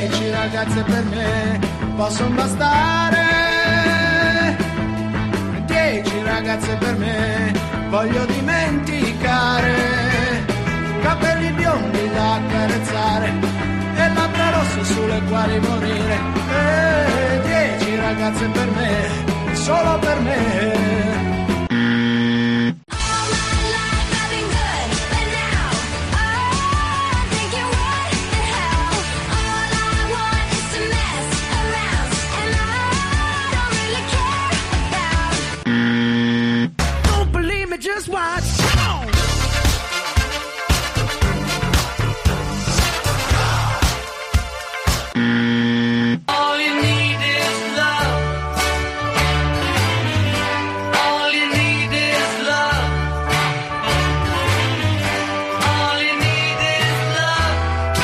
10 ragazze per me possono bastare. 10 ragazze per me voglio dimenticare. Capelli biondi da accarezzare e labbra rosse sulle quali morire. 10 ragazze per me, solo per me. Just watch. All you need is love. All you need is love. All you need is love.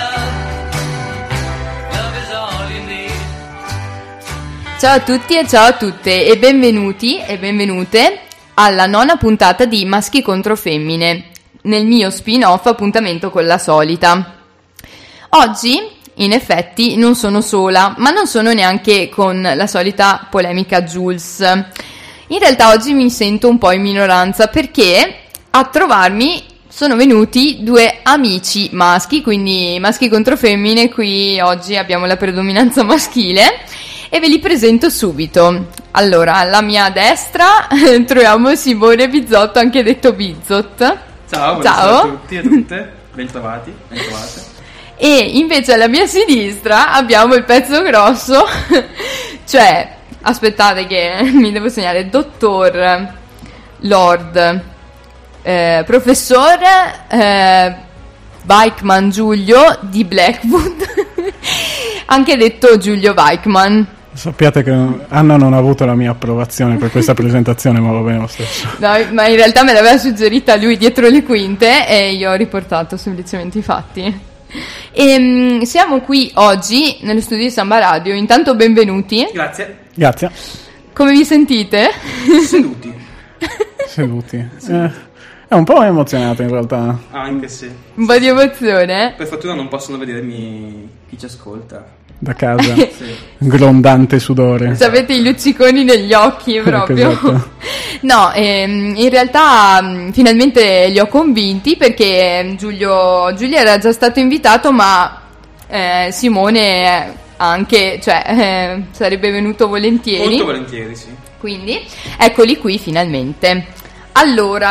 Love is all you need. Ciao a tutti e ciao a tutte e benvenuti e benvenute alla 9ª puntata di Maschi contro Femmine, nel mio spin-off Appuntamento con la solita. Oggi, in effetti, non sono sola, ma non sono neanche con la solita polemica Jules. In realtà oggi mi sento un po' in minoranza perché a trovarmi sono venuti due amici maschi, quindi maschi contro femmine. Qui oggi abbiamo la predominanza maschile e ve li presento subito. Allora, alla mia destra troviamo Simone Bizzotto, anche detto Bizzot. Ciao, ciao a tutti e a tutte, bentrovati, bentrovate. E invece alla mia sinistra abbiamo il pezzo grosso, cioè, aspettate che mi devo segnare, dottor, lord, professor Weichmann Giulio di Blackwood, anche detto Giulio Weichmann. Sappiate che Anna non ha avuto la mia approvazione per questa presentazione, ma va bene lo stesso. No, ma in realtà me l'aveva suggerita lui dietro le quinte e io ho riportato semplicemente i fatti. E siamo qui oggi nello studio di Samba Radio. Intanto benvenuti. Grazie. Grazie. Come vi sentite? Seduti. Seduti. È un po' emozionato in realtà. Anche sì. Un po' di emozione? Per fortuna non possono vedermi chi ci ascolta. Da casa, Sì. grondante sudore. Avete i lucciconi negli occhi proprio. Esatto. No, in realtà finalmente li ho convinti perché Giulio era già stato invitato, ma Simone anche, cioè sarebbe venuto volentieri. Molto volentieri, sì. Quindi eccoli qui finalmente. Allora,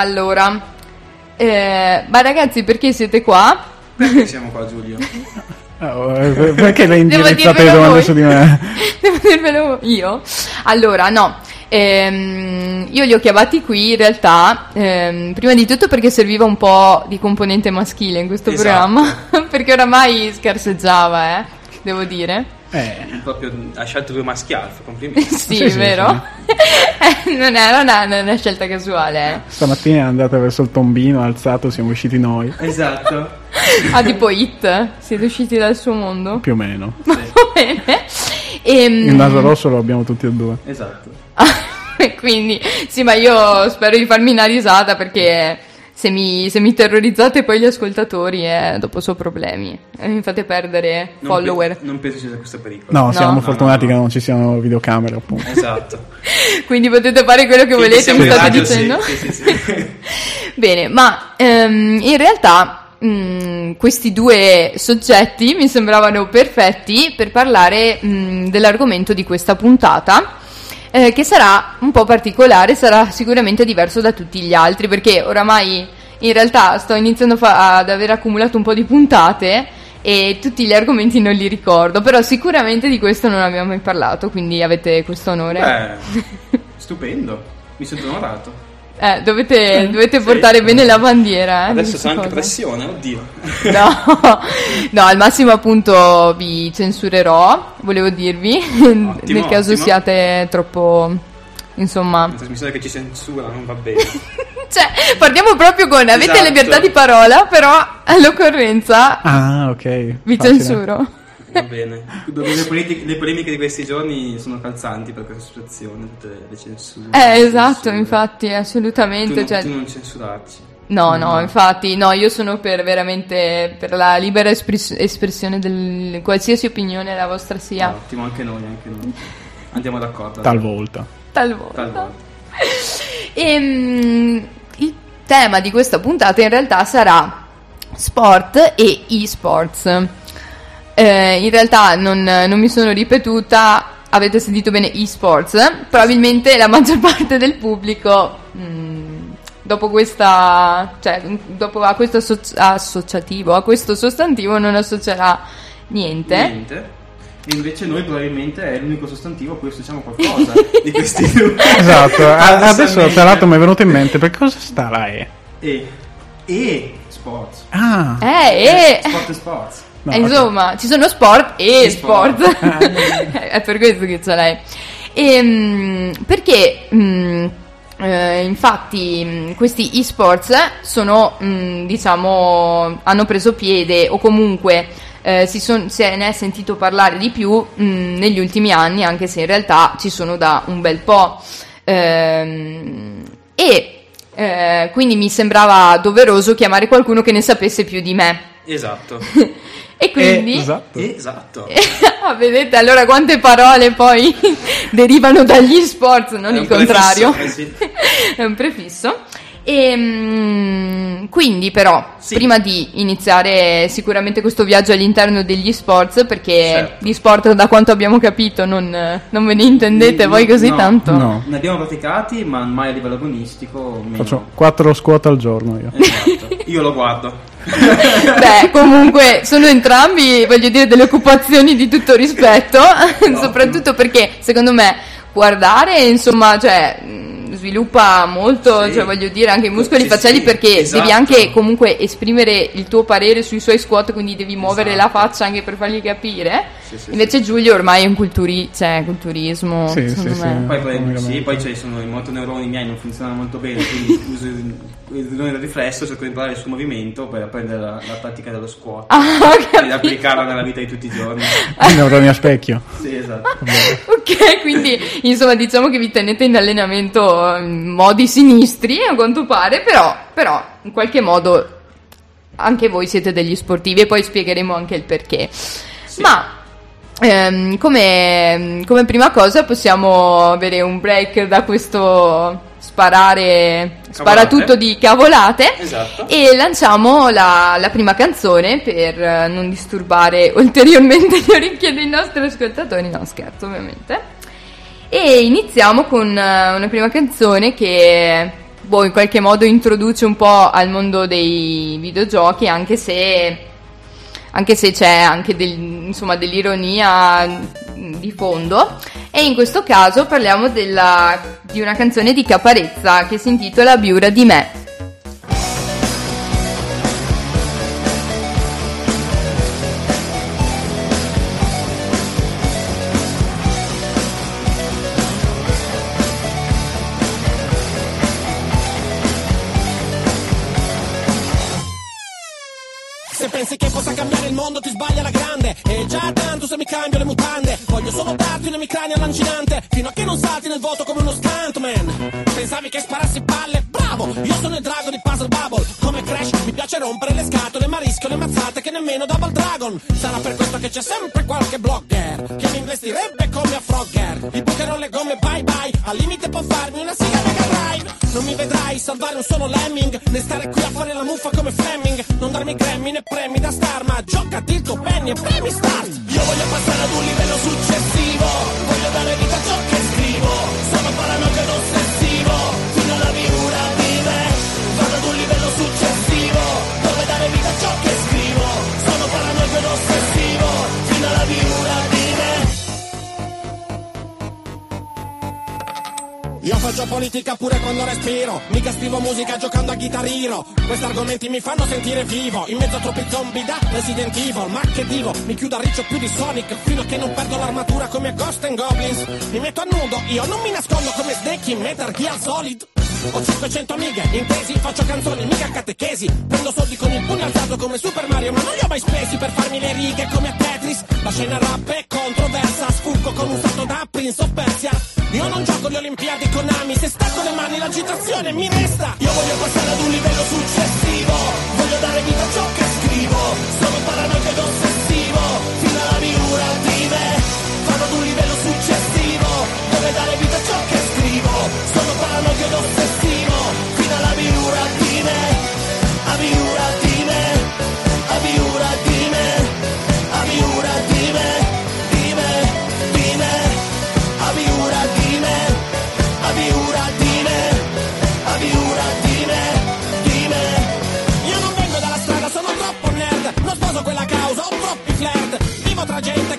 ma ragazzi, perché siete qua? Perché siamo qua, Giulio? Perché le indirizzate le domande su di me? Devo dirvelo io? Allora, no, io li ho chiamati qui in realtà, prima di tutto perché serviva un po' di componente maschile in questo programma, perché oramai scarseggiava, devo dire. Proprio ha scelto due maschi alfa, complimenti. Sì, Sì, vero? Non è una scelta casuale. Stamattina è andata verso il tombino, ha alzato, siamo usciti noi. Esatto. Ah, tipo It? Siete usciti dal suo mondo? Più o meno. Va bene. Il naso rosso lo abbiamo tutti e due. Esatto. Quindi, sì, ma io spero di farmi una risata perché se mi terrorizzate poi gli ascoltatori, dopo so problemi. Mi fate perdere follower. Non penso ci sia questo pericolo. No, siamo fortunati no. che non ci siano videocamere, appunto. Esatto. Quindi potete fare quello che volete, mi state dicendo? Sì. Bene, ma in realtà questi due soggetti mi sembravano perfetti per parlare dell'argomento di questa puntata, che sarà un po' particolare, sarà sicuramente diverso da tutti gli altri, perché oramai in realtà sto iniziando ad aver accumulato un po' di puntate e tutti gli argomenti non li ricordo, però sicuramente di questo non abbiamo mai parlato, quindi avete questo onore. Beh, stupendo, mi sento onorato. Dovete portare bene la bandiera. Adesso c'è anche cosa. pressione, oddio. No, al massimo appunto vi censurerò, volevo dirvi, nel caso ottimo. siate troppo, insomma. Una trasmissione che ci censura non va bene. Cioè, partiamo proprio con avete Esatto. libertà di parola, però all'occorrenza Ah, ok. vi Facile. censuro. Va bene. Le polemiche di questi giorni sono calzanti per questa situazione, tutte le censure. Esatto, infatti, assolutamente. Tu Cioè, non censurarci. No, infatti, no, io sono per la libera espressione del qualsiasi opinione la vostra sia. Ottimo, anche noi. Andiamo d'accordo. Talvolta. Il tema di questa puntata in realtà sarà sport e e-sports. In realtà non mi sono ripetuta, avete sentito bene e-sports. Probabilmente la maggior parte del pubblico dopo a questo associativo, a questo sostantivo non associerà niente. E invece noi probabilmente è l'unico sostantivo a cui associamo qualcosa di questi due. Esatto, adesso tra l'altro mi è venuto in mente, per cosa sta la E? Sports. Ah, Sport e sports. no, insomma, ci sono sport e sport. È per questo che c'è lei. Perché infatti questi e-sports sono hanno preso piede, o comunque se ne è sentito parlare di più negli ultimi anni, anche se in realtà ci sono da un bel po', quindi mi sembrava doveroso chiamare qualcuno che ne sapesse più di me. Esatto. E quindi Esatto. vedete allora quante parole poi derivano dagli sports, non il contrario. Sì. È un prefisso. E quindi però prima di iniziare sicuramente questo viaggio all'interno degli sports, perché di sport, da quanto abbiamo capito, non ve ne intendete voi così tanto. No. Ne abbiamo praticati, ma mai a livello agonistico. Meno. Faccio 4 squat al giorno io. Esatto. Io lo guardo. Beh, comunque sono entrambi, voglio dire, delle occupazioni di tutto rispetto, soprattutto perché secondo me guardare, insomma, sviluppa molto, voglio dire, anche i muscoli facciali, perché devi anche comunque esprimere il tuo parere sui suoi squat, quindi devi muovere la faccia anche per fargli capire. Invece Giulio ormai è un culturismo, secondo me. Poi ci sono i motoneuroni miei, non funzionano molto bene, quindi uso il neurone riflesso, cerco di imparare il suo movimento per apprendere la tattica dello squat e applicarla nella vita di tutti i giorni. I neuroni a specchio. Sì, esatto. Ok, quindi insomma diciamo che vi tenete in allenamento in modi sinistri, a quanto pare, però in qualche modo anche voi siete degli sportivi, e poi spiegheremo anche il perché. Ma come prima cosa possiamo avere un break da questo spara tutto di cavolate, esatto. E lanciamo la prima canzone per non disturbare ulteriormente le orecchie dei nostri ascoltatori. No, scherzo, ovviamente. E iniziamo con una prima canzone che in qualche modo introduce un po' al mondo dei videogiochi, anche se c'è anche dell'ironia di fondo. E in questo caso parliamo di una canzone di Caparezza che si intitola Biura di me. Se pensi che possa cambiare il mondo ti sbaglia la grande. E già tanto se mi cambio le mutande. Voglio solo darti un emicrania lancinante, fino a che non salti nel vuoto come uno stuntman. Pensavi che sparassi palle? Bravo! Io sono il drago di Puzzle Bubble. Come Crash mi piace rompere le scatole, ma rischio le mazzate che nemmeno Double Dragon. Sarà per questo che c'è sempre qualche blogger che mi investirebbe come a Frogger. Gli butterò le gomme bye bye, al limite può farmi una siga Mega Drive. Non mi vedrai salvare un solo lemming, né stare qui a fare la muffa come Fleming. Non darmi Grammy né premi da star, ma giocati il tuo penny e premi start. Io voglio passare ad un livello successivo, voglio dare vita a ciò che scrivo. Sono paranoico ed ossessivo, fino alla viura di me. Vado ad un livello successivo, dove dare vita a ciò che scrivo. Sono paranoico ed ossessivo, fino alla viura di me. Io faccio politica pure quando respiro, mica scrivo musica giocando a Guitar Hero. Questi argomenti mi fanno sentire vivo, in mezzo a troppi zombie da Resident Evil. Ma che dico, mi chiudo a riccio più di Sonic, fino a che non perdo l'armatura come Ghost and Goblins. Mi metto a nudo, io non mi nascondo come Snake in Metal Gear Solid. Ho 500 amiche, intesi, faccio canzoni, mica catechesi. Prendo soldi con il pugno alzato come Super Mario, ma non li ho mai spesi per farmi le righe come a Tetris. La scena rap è controversa, sfuggo con un salto da Prince of Persia. Io non gioco le Olimpiadi Konami, se stacco le mani l'agitazione mi resta. Io voglio passare ad un livello successo,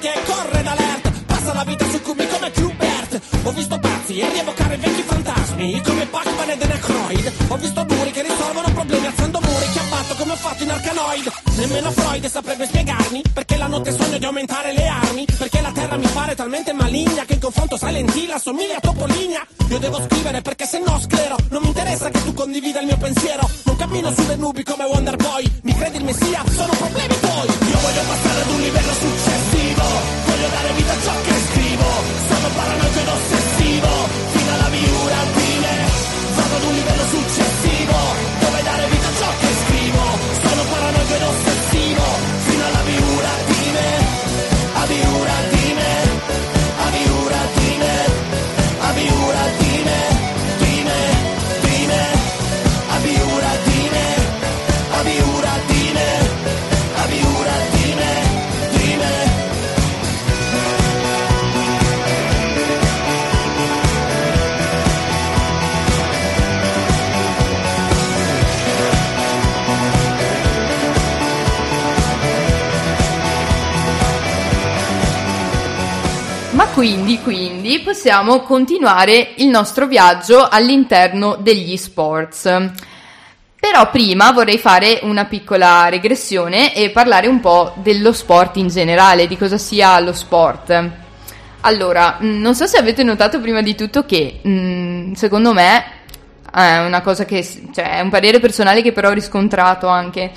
che corre d'alert. Passa la vita su cubi come Qbert. Ho visto pazzi e rievocare vecchi fantasmi come Pac-Man e The Necroid. Ho visto duri che risolvono problemi alzando muri, chiappato come ho fatto in Arkanoid. Nemmeno Freud saprebbe spiegarmi perché la notte sogno di aumentare le armi, perché la terra mi pare talmente maligna che in confronto Silent Hill assomiglia a Topolinia. Io devo scrivere perché se no sclero. Non mi interessa che tu condivida il mio pensiero. Non cammino sulle nubi come Wonder Boy. Mi credi il messia? Sono problemi tuoi. Io voglio passare ad un livello successivo. Voglio dare vita a ciò che scrivo. Sono paranoico ed ossessivo fino alla miura fine. Vado ad un livello successivo dove dare vita a ciò che scrivo. Sono paranoico ed ossessivo fino alla miura fine. A miura fine. A miura fine. A miura fine. Fine. Fine. A miura fine. A miura fine. A miura fine. Fine. Ma quindi possiamo continuare il nostro viaggio all'interno degli sports. Però prima vorrei fare una piccola regressione e parlare un po' dello sport in generale, di cosa sia lo sport. Allora, non so se avete notato prima di tutto che, secondo me, è una cosa che, cioè, è un parere personale che però ho riscontrato anche.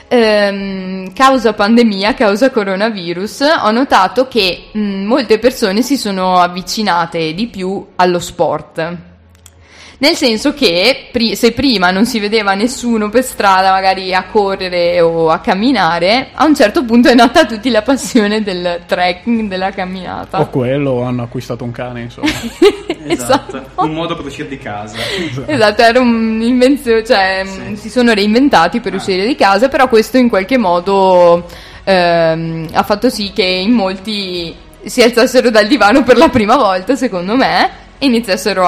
Causa pandemia, causa coronavirus, ho notato che molte persone si sono avvicinate di più allo sport. Nel senso che se prima non si vedeva nessuno per strada magari a correre o a camminare, a un certo punto è nata a tutti la passione del trekking, della camminata. O quello, hanno acquistato un cane, insomma. Esatto, un modo per uscire di casa. Esatto, era un'invenzione, cioè Sì. si sono reinventati per uscire di casa, però questo in qualche modo ha fatto sì che in molti si alzassero dal divano per la prima volta, secondo me, e iniziassero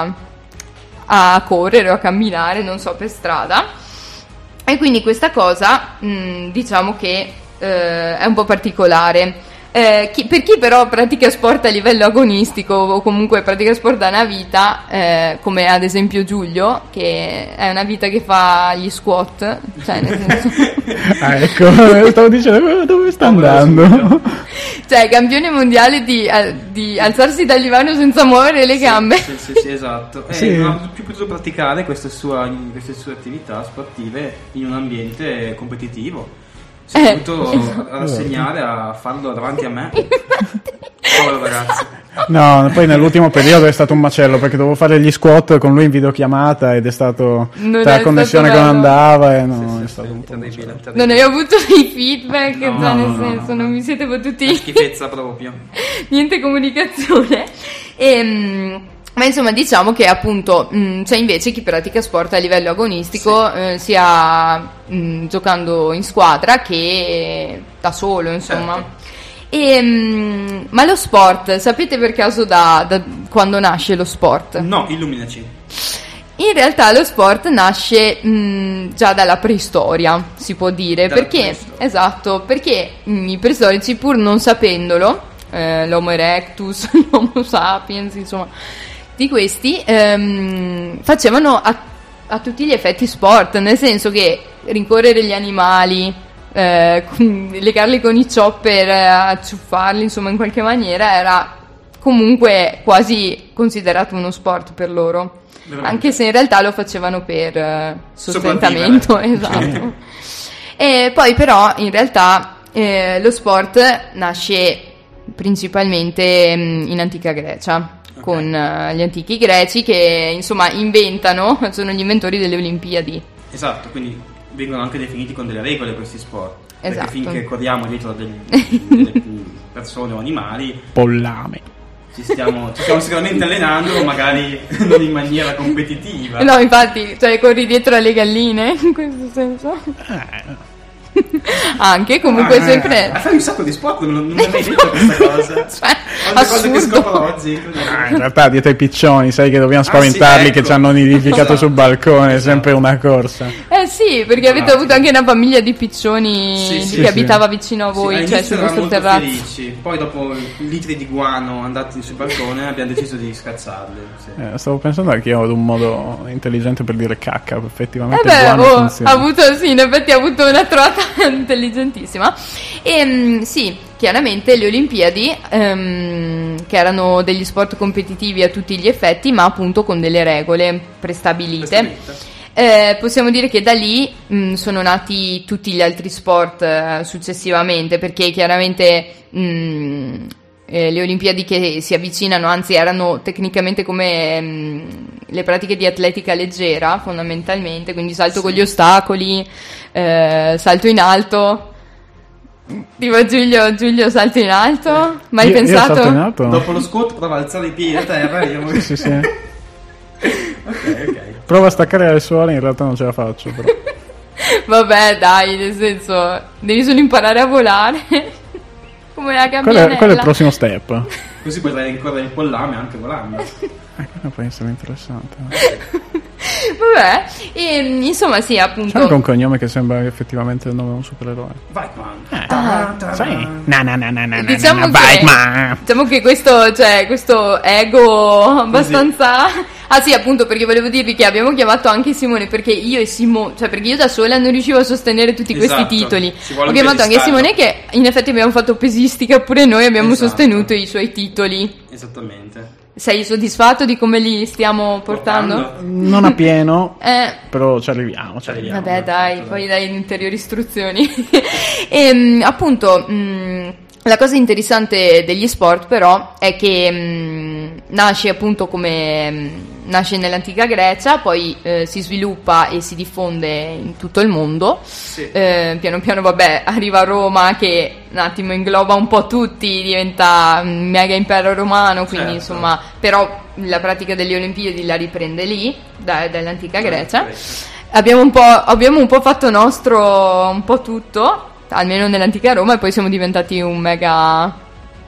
a correre o a camminare, non so, per strada. E quindi questa cosa diciamo che è un po' particolare. Per chi però pratica sport a livello agonistico o comunque pratica sport da una vita, come ad esempio Giulio, che è una vita che fa gli squat, cioè nel senso Ecco, stavo dicendo dove sta andando. cioè campione mondiale di alzarsi dal divano senza muovere le gambe. Sì, esatto. Sì. Non ha più potuto praticare queste sue attività sportive in un ambiente competitivo. Si è dovuto rassegnare a farlo davanti a me. Povero ragazzo. No, poi nell'ultimo periodo è stato un macello perché dovevo fare gli squat con lui in videochiamata ed è stato la connessione che non andava e no, è stato un po' terribile. Non hai avuto i feedback, No, cioè, nel no, senso, non vi siete potuti. Una schifezza proprio. Niente comunicazione. Ma insomma, diciamo che appunto c'è invece chi pratica sport a livello agonistico, sia giocando in squadra che da solo, insomma. Certo. Ma lo sport, sapete per caso da quando nasce lo sport? No, illuminaci. In realtà lo sport nasce già dalla preistoria, si può dire, Dalla perché preistoria. esatto, perché i preistorici, pur non sapendolo, l'Homo erectus, l'Homo sapiens, insomma, di questi facevano a tutti gli effetti sport, nel senso che rincorrere gli animali, legarli con i chopper, acciuffarli, insomma, in qualche maniera era comunque quasi considerato uno sport per loro. Veramente. Anche se in realtà lo facevano per sostentamento, esatto. E poi però in realtà lo sport nasce principalmente in antica Grecia, con gli antichi greci che insomma inventano, sono gli inventori delle Olimpiadi. Esatto, quindi vengono anche definiti con delle regole questi sport. Esatto. Perché finché corriamo dietro delle persone o animali Pollame. ci stiamo sicuramente allenando, magari non in maniera competitiva. No, infatti, cioè corri dietro alle galline, in questo senso. Anche, comunque sempre... Fai un sacco di sport, non mi hai mai detto questa cosa. Cioè, Cose che scopro oggi. In realtà dietro i piccioni, sai che dobbiamo spaventarli, sì, ecco. che ci hanno nidificato sul balcone, è sempre una corsa. Sì, perché avete avuto anche una famiglia di piccioni che abitava vicino a voi, cioè sul vostro terrazzo. Felici. Poi dopo litri di guano andati sul balcone abbiamo deciso di scacciarli. Sì. Stavo pensando anche io ad un modo intelligente per dire cacca, effettivamente in effetti ha avuto una trovata intelligentissima. E sì, chiaramente le Olimpiadi, che erano degli sport competitivi a tutti gli effetti, ma appunto con delle regole prestabilite. Possiamo dire che da lì sono nati tutti gli altri sport successivamente, perché chiaramente le Olimpiadi che si avvicinano, anzi erano tecnicamente come le pratiche di atletica leggera fondamentalmente, quindi salto con gli ostacoli, salto in alto. Tipo Giulio salto in alto? Mai pensato? Io salto in alto. Dopo lo squat prova a alzare i piedi da terra. Sì. Ok. Prova a staccare le suole, in realtà non ce la faccio però. Vabbè dai, nel senso devi solo imparare a volare. Come la camionella. Quello è il prossimo step. Così potrai rincorrere il pollame anche volando. Quello può essere interessante. Vabbè, insomma sì, appunto. C'è anche un cognome che sembra effettivamente il nome di un supereroe. Batman. Diciamo che questo ego abbastanza... Ah sì, appunto, perché volevo dirvi che abbiamo chiamato anche Simone, perché io e Simone, cioè perché io da sola non riuscivo a sostenere tutti questi titoli. Ho chiamato anche Simone, che in effetti abbiamo fatto pesistica pure noi, abbiamo sostenuto i suoi titoli. Esattamente. Sei soddisfatto di come li stiamo portando? Non a pieno, però ci arriviamo. Vabbè dai, poi dai ulteriori istruzioni. E appunto... la cosa interessante degli sport però è che nasce appunto come nasce nell'antica Grecia, poi si sviluppa e si diffonde in tutto il mondo. Sì. Piano piano arriva a Roma, che un attimo ingloba un po' tutti, diventa un mega impero romano, quindi insomma, però la pratica delle Olimpiadi la riprende lì dall'antica Grecia. Abbiamo un po' fatto nostro un po' tutto, almeno nell'antica Roma, e poi siamo diventati un mega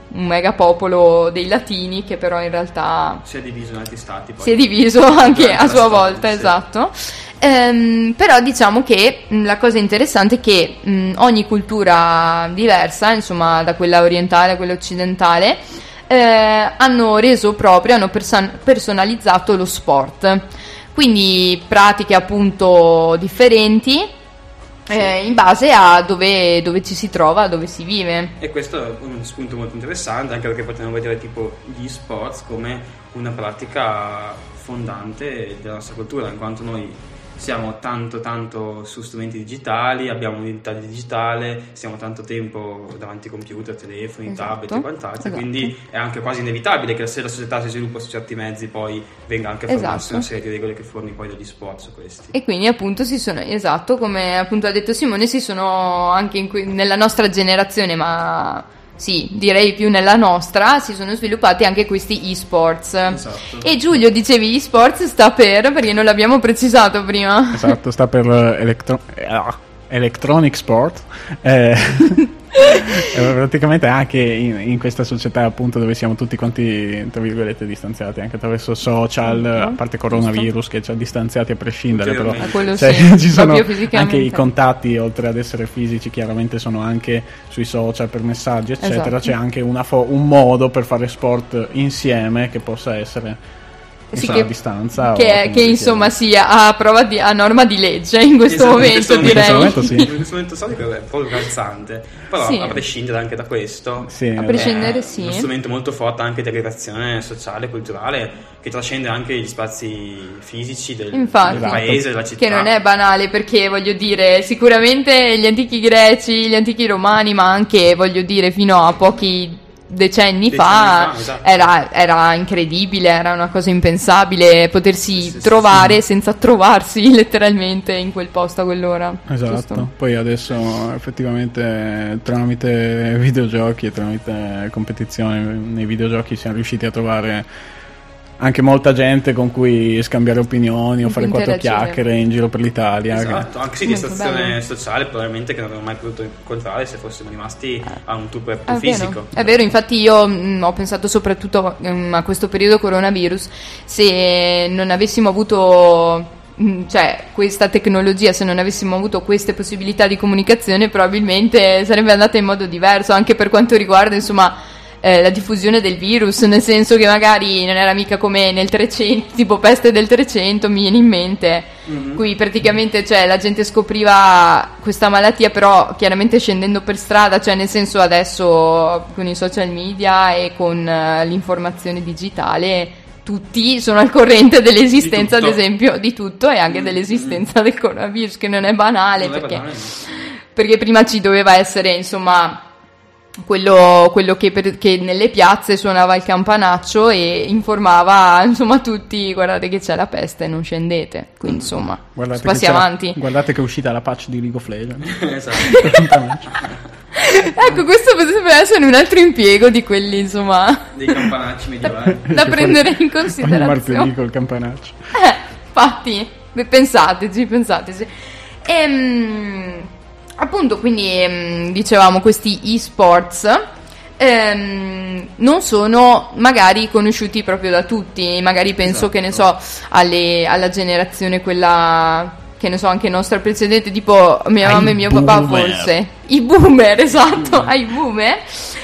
popolo dei latini, che però in realtà si è diviso in altri stati, poi. Si è diviso anche a sua volta, sì. Esatto. Però diciamo che la cosa interessante è che ogni cultura diversa, insomma da quella orientale a quella occidentale, hanno reso proprio, hanno personalizzato lo sport, quindi pratiche appunto differenti. In base a dove ci si trova, dove si vive. E questo è un spunto molto interessante, anche perché potremmo vedere tipo gli sports come una pratica fondante della nostra cultura, in quanto noi siamo tanto su strumenti digitali, abbiamo un'identità digitale, stiamo tanto tempo davanti a computer, telefoni, tablet e quant'altro, quindi è anche quasi inevitabile che se la società si sviluppa su certi mezzi poi venga anche a formarsi una serie di regole che forni poi degli sport su questi. E quindi appunto come appunto ha detto Simone, si sono anche nella nostra generazione, ma sì, direi più nella nostra, si sono sviluppati anche questi e-sports. Esatto. E Giulio, dicevi e-sports sta per, perché non l'abbiamo precisato prima. Esatto, sta per electronic sport. Praticamente anche in questa società appunto dove siamo tutti quanti tra virgolette distanziati anche attraverso social, a parte coronavirus che ci ha distanziati a prescindere, però ci sono anche i contatti, oltre ad essere fisici chiaramente sono anche sui social per messaggi eccetera. C'è anche un modo per fare sport insieme che possa essere a distanza che insomma sia a norma di legge in questo momento, direi. In questo momento storico è proprio calzante, però a prescindere anche da questo, a prescindere è uno strumento molto forte anche di aggregazione sociale, culturale, che trascende anche gli spazi fisici del paese, della città, che non è banale, perché voglio dire sicuramente gli antichi greci, gli antichi romani, ma anche voglio dire fino a pochi decenni fa esatto. era incredibile, era una cosa impensabile potersi trovare senza trovarsi letteralmente in quel posto a quell'ora. Esatto, giusto? Poi adesso effettivamente tramite videogiochi e tramite competizioni nei videogiochi siamo riusciti a trovare anche molta gente con cui scambiare opinioni o fare quattro chiacchiere in giro per l'Italia. Esatto, anche di distrazione sociale probabilmente che non avremmo mai potuto incontrare se fossimo rimasti a un tubo più fisico. È vero, infatti io ho pensato soprattutto a questo periodo coronavirus, se non avessimo avuto questa tecnologia, se non avessimo avuto queste possibilità di comunicazione, probabilmente sarebbe andata in modo diverso, anche per quanto riguarda insomma la diffusione del virus, nel senso che magari non era mica come nel 300, tipo peste del 300 mi viene in mente, qui praticamente la gente scopriva questa malattia, però chiaramente scendendo per strada, nel senso adesso con i social media e con l'informazione digitale tutti sono al corrente dell'esistenza, ad esempio, di tutto, e anche dell'esistenza del coronavirus, che non è banale, perché prima ci doveva essere insomma quello che nelle piazze suonava il campanaccio e informava insomma tutti: guardate che c'è la peste, non scendete. Quindi insomma passi avanti. Guardate che è uscita la patch di League of Legends. Esatto. Ecco, questo potrebbe essere un altro impiego di quelli insomma dei campanacci medievali da prendere in considerazione. Martedì col campanaccio. Infatti, pensateci. Appunto, quindi dicevamo, questi e-sports non sono magari conosciuti proprio da tutti, magari penso, esatto, che ne so, alla generazione quella, che ne so, anche nostra precedente, tipo mia mamma e mio papà, forse i boomer, esatto, ai boomer,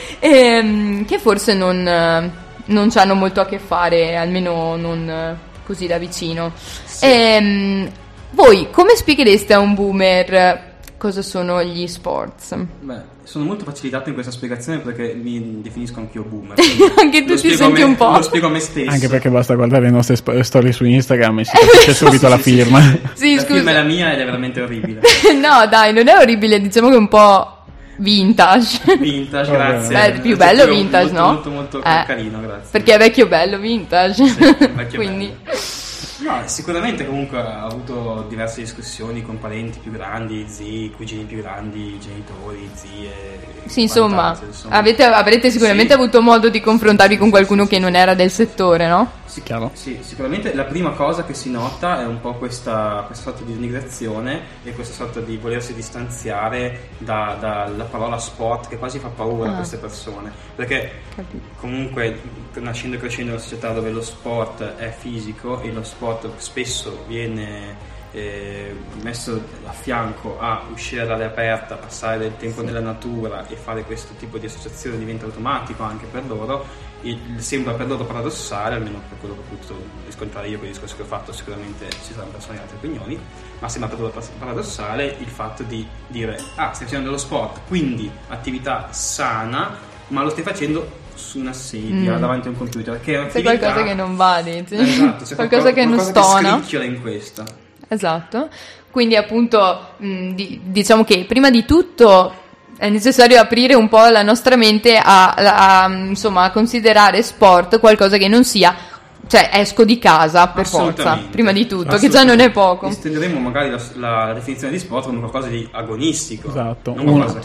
che forse non ci hanno molto a che fare, almeno non così da vicino. Sì. Voi come spieghereste a un boomer cosa sono gli sports? Beh, sono molto facilitato in questa spiegazione perché mi definisco anch'io boomer. Anche tu ti senti un po'. Lo spiego a me stesso. Anche perché basta guardare le nostre storie su Instagram e si capisce subito la firma. Sì, la firma è la mia ed è veramente orribile. No, dai, non è orribile, diciamo che è un po' vintage. Vintage, grazie. È più bello vintage, molto, no? Molto carino, grazie. Perché è vecchio bello vintage. Sì, vecchio quindi bello. No, sicuramente comunque ho avuto diverse discussioni con parenti più grandi, zii, cugini più grandi, genitori, zie. Sì, insomma. Avrete sicuramente avuto modo di confrontarvi con qualcuno che non era del settore, no? Sì, sicuramente la prima cosa che si nota è un po' questa sorta di denigrazione e questa sorta di volersi distanziare dalla parola sport, che quasi fa paura a queste persone, perché comunque nascendo e crescendo in una società dove lo sport è fisico e lo sport spesso viene messo a fianco a uscire all'aria aperta, passare del tempo nella natura e fare questo tipo di associazione diventa automatico anche per loro. Sembra per loro paradossale, almeno per quello che ho potuto riscontrare io con il discorso che ho fatto, sicuramente ci saranno persone di altre opinioni, ma sembra per loro paradossale il fatto di dire: stai facendo dello sport, quindi attività sana, ma lo stai facendo su una sedia davanti a un computer, che è un'attività... C'è qualcosa che non va, dici? Esatto, c'è qualcosa che non stona, che scricchiola in questa. Esatto, quindi appunto diciamo che prima di tutto è necessario aprire un po' la nostra mente insomma, a considerare sport qualcosa che non sia, esco di casa per forza, prima di tutto, che già non è poco. Estenderemo magari la definizione di sport come qualcosa di agonistico. Esatto,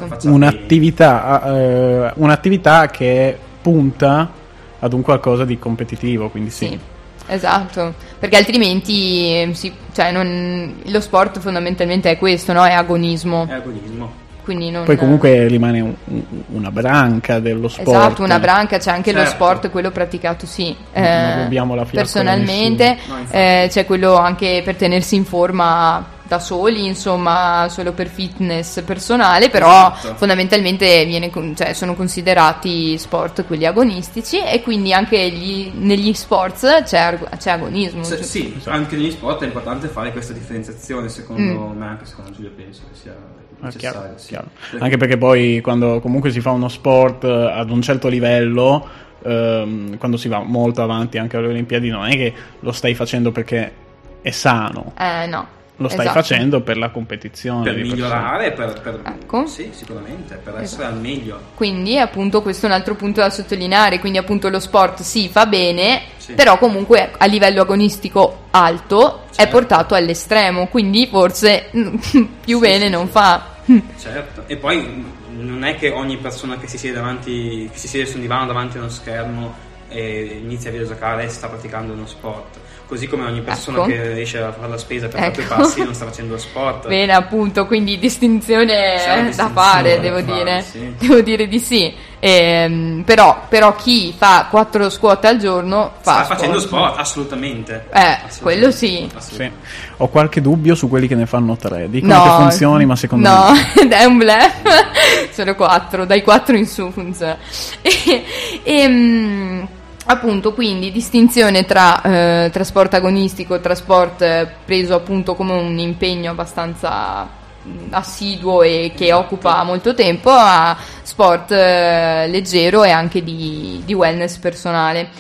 un'attività che punta ad un qualcosa di competitivo, quindi sì. Esatto, perché altrimenti lo sport fondamentalmente è questo, no? È agonismo. Quindi poi comunque rimane una branca dello sport. Esatto, una branca, c'è anche lo sport, quello praticato non dobbiamo la fiaccola personalmente, c'è quello anche per tenersi in forma da soli, insomma, solo per fitness personale, però fondamentalmente sono considerati sport quelli agonistici, e quindi anche negli sport c'è agonismo. Sì, anche negli sport è importante fare questa differenziazione, secondo me, anche secondo Giulio penso che sia necessario. Chiaro. Anche perché poi quando comunque si fa uno sport ad un certo livello, quando si va molto avanti anche alle Olimpiadi, non è che lo stai facendo perché è sano. No. Lo stai facendo per la competizione, per migliorare, ecco. Sì, sicuramente, per essere al meglio. Quindi appunto questo è un altro punto da sottolineare, quindi appunto lo sport fa bene, però comunque a livello agonistico alto è portato all'estremo, quindi forse più bene non fa. Certo, e poi non è che ogni persona che si siede su un divano davanti a uno schermo e inizia a videogiocare e sta praticando uno sport. Così come ogni persona che riesce a fare la spesa per fare 4 passi non sta facendo sport. Bene, appunto, quindi distinzione da fare, devo dire. Sì. Devo dire di sì. Però chi fa 4 squat al giorno sta facendo sport, assolutamente. Quello sì. Sì. Ho qualche dubbio su quelli che ne fanno 3. Dicono che funzioni, ma secondo me no, è un bluff. Sono 4, dai 4 in su funziona. Appunto, quindi distinzione tra sport agonistico, tra sport preso appunto come un impegno abbastanza assiduo e che occupa molto tempo, a sport leggero e anche di wellness personale.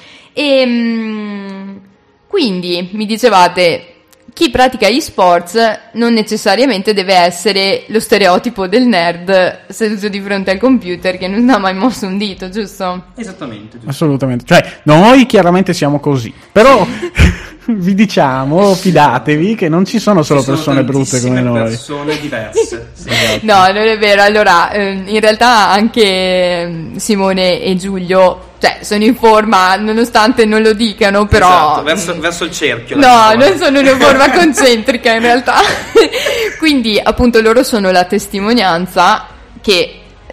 Quindi mi dicevate, chi pratica gli sports non necessariamente deve essere lo stereotipo del nerd seduto di fronte al computer che non ha mai mosso un dito, giusto? Esattamente, giusto. Assolutamente. Cioè, noi chiaramente siamo così, però vi diciamo, fidatevi che non ci sono solo persone brutte come noi. Persone diverse. Sì. No, non è vero. Allora, in realtà anche Simone e Giulio, cioè, sono in forma nonostante non lo dicano, però verso il cerchio. No, non sono in una forma concentrica in realtà. Quindi appunto loro sono la testimonianza che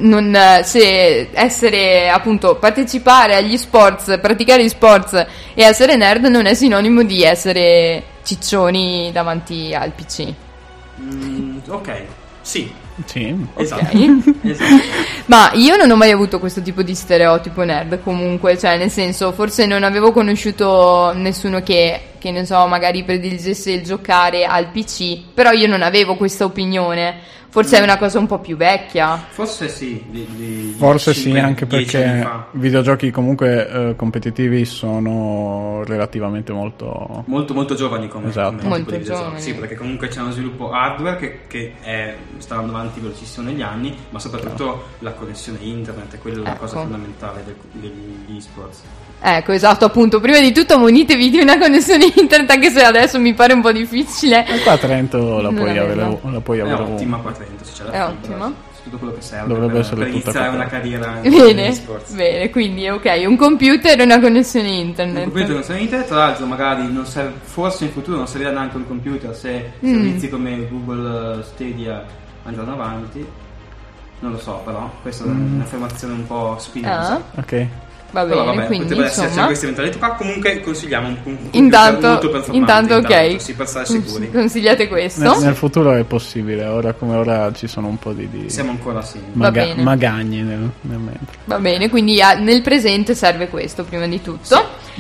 se essere appunto partecipare agli sports, praticare gli sports e essere nerd non è sinonimo di essere ciccioni davanti al PC. Ok, sì, esatto. Okay. Esatto. Ma io non ho mai avuto questo tipo di stereotipo nerd, comunque, cioè nel senso, forse non avevo conosciuto nessuno che ne so, magari prediligesse il giocare al PC, però io non avevo questa opinione. Forse è una cosa un po' più vecchia. Forse sì. Forse sì, anche perché videogiochi comunque competitivi sono relativamente molto giovani come molto giovani. Sì, perché comunque c'è uno sviluppo hardware che sta andando avanti velocissimo negli anni, ma soprattutto la connessione internet è quella la cosa fondamentale degli esports. Ecco, esatto, appunto, prima di tutto munitevi di una connessione internet, anche se adesso mi pare un po' difficile. Qua a Trento la puoi avere. È ottima qua a Trento, se c'è la fibra. È ottima. Tutto quello che serve dovrebbe essere per iniziare una carriera negli sport. Bene, quindi ok, un computer e una connessione internet. Un computer e una connessione internet, tra l'altro magari non serve, forse in futuro non servirà neanche un computer se servizi come Google Stadia andranno avanti. Non lo so, però questa è un'affermazione un po' spinosa. Ok. Va bene, quindi potrebbe insomma esserci queste eventualità qua. Comunque consigliamo un intanto ok, sì, per stare sicuri. consigliate questo. Nel futuro è possibile, ora come ora ci sono un po' di siamo ancora magagni nel mentre. Va bene, quindi nel presente serve questo prima di tutto.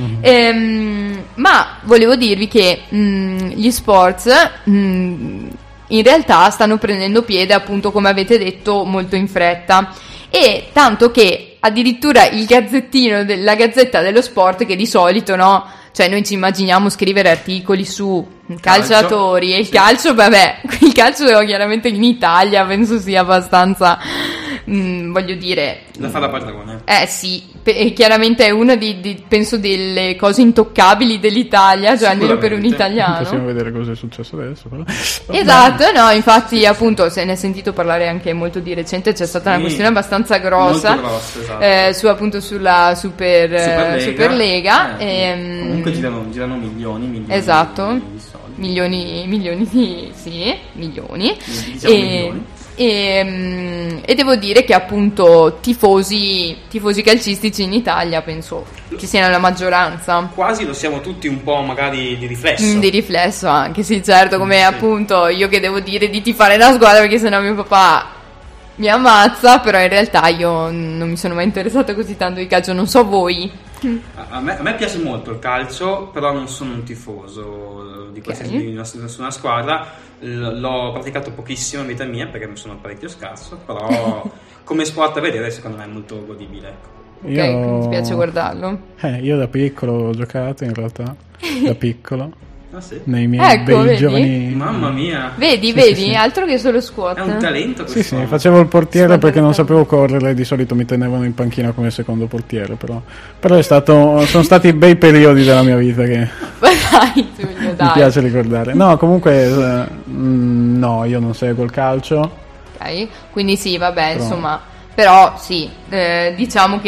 Ma volevo dirvi che gli sports in realtà stanno prendendo piede, appunto come avete detto, molto in fretta, e tanto che addirittura il gazzettino la Gazzetta dello Sport, che di solito, no, cioè noi ci immaginiamo scrivere articoli su calciatori e il calcio, vabbè, il calcio chiaramente in Italia penso sia abbastanza voglio dire da fare da padrone. Sì, chiaramente è una penso delle cose intoccabili dell'Italia, cioè almeno per un italiano. Possiamo vedere cosa è successo adesso, però. Esatto, no, infatti appunto se ne è sentito parlare anche molto di recente, c'è stata una questione abbastanza grossa, esatto. Esatto. Sulla Superlega. Comunque girano milioni esatto, di soldi. milioni di milioni. Milioni. E devo dire che appunto tifosi calcistici in Italia penso che siano la maggioranza. Quasi lo siamo tutti un po' magari di riflesso. Di riflesso anche, sì, certo, come appunto io che devo dire di tifare la squadra perché sennò mio papà mi ammazza, però in realtà io non mi sono mai interessata così tanto di calcio, non so voi. A me piace molto il calcio, però non sono un tifoso di qualsiasi una squadra. L'ho praticato pochissimo in vita mia perché mi sono parecchio scarso, però come sport a vedere secondo me è molto godibile. Quindi ti piace guardarlo? Io da piccolo ho giocato, in realtà, da piccolo. Sì. Nei miei bei giovani. Mamma mia, vedi, sì. altro che solo squat. È un talento questo. Sì, facevo il portiere perché non sapevo correre, di solito mi tenevano in panchina come secondo portiere, però sono stati bei periodi della mia vita che dai, Giulio, dai. Mi piace ricordare. No, comunque no, io non seguo il calcio. Ok, quindi sì, vabbè, insomma, però sì, diciamo che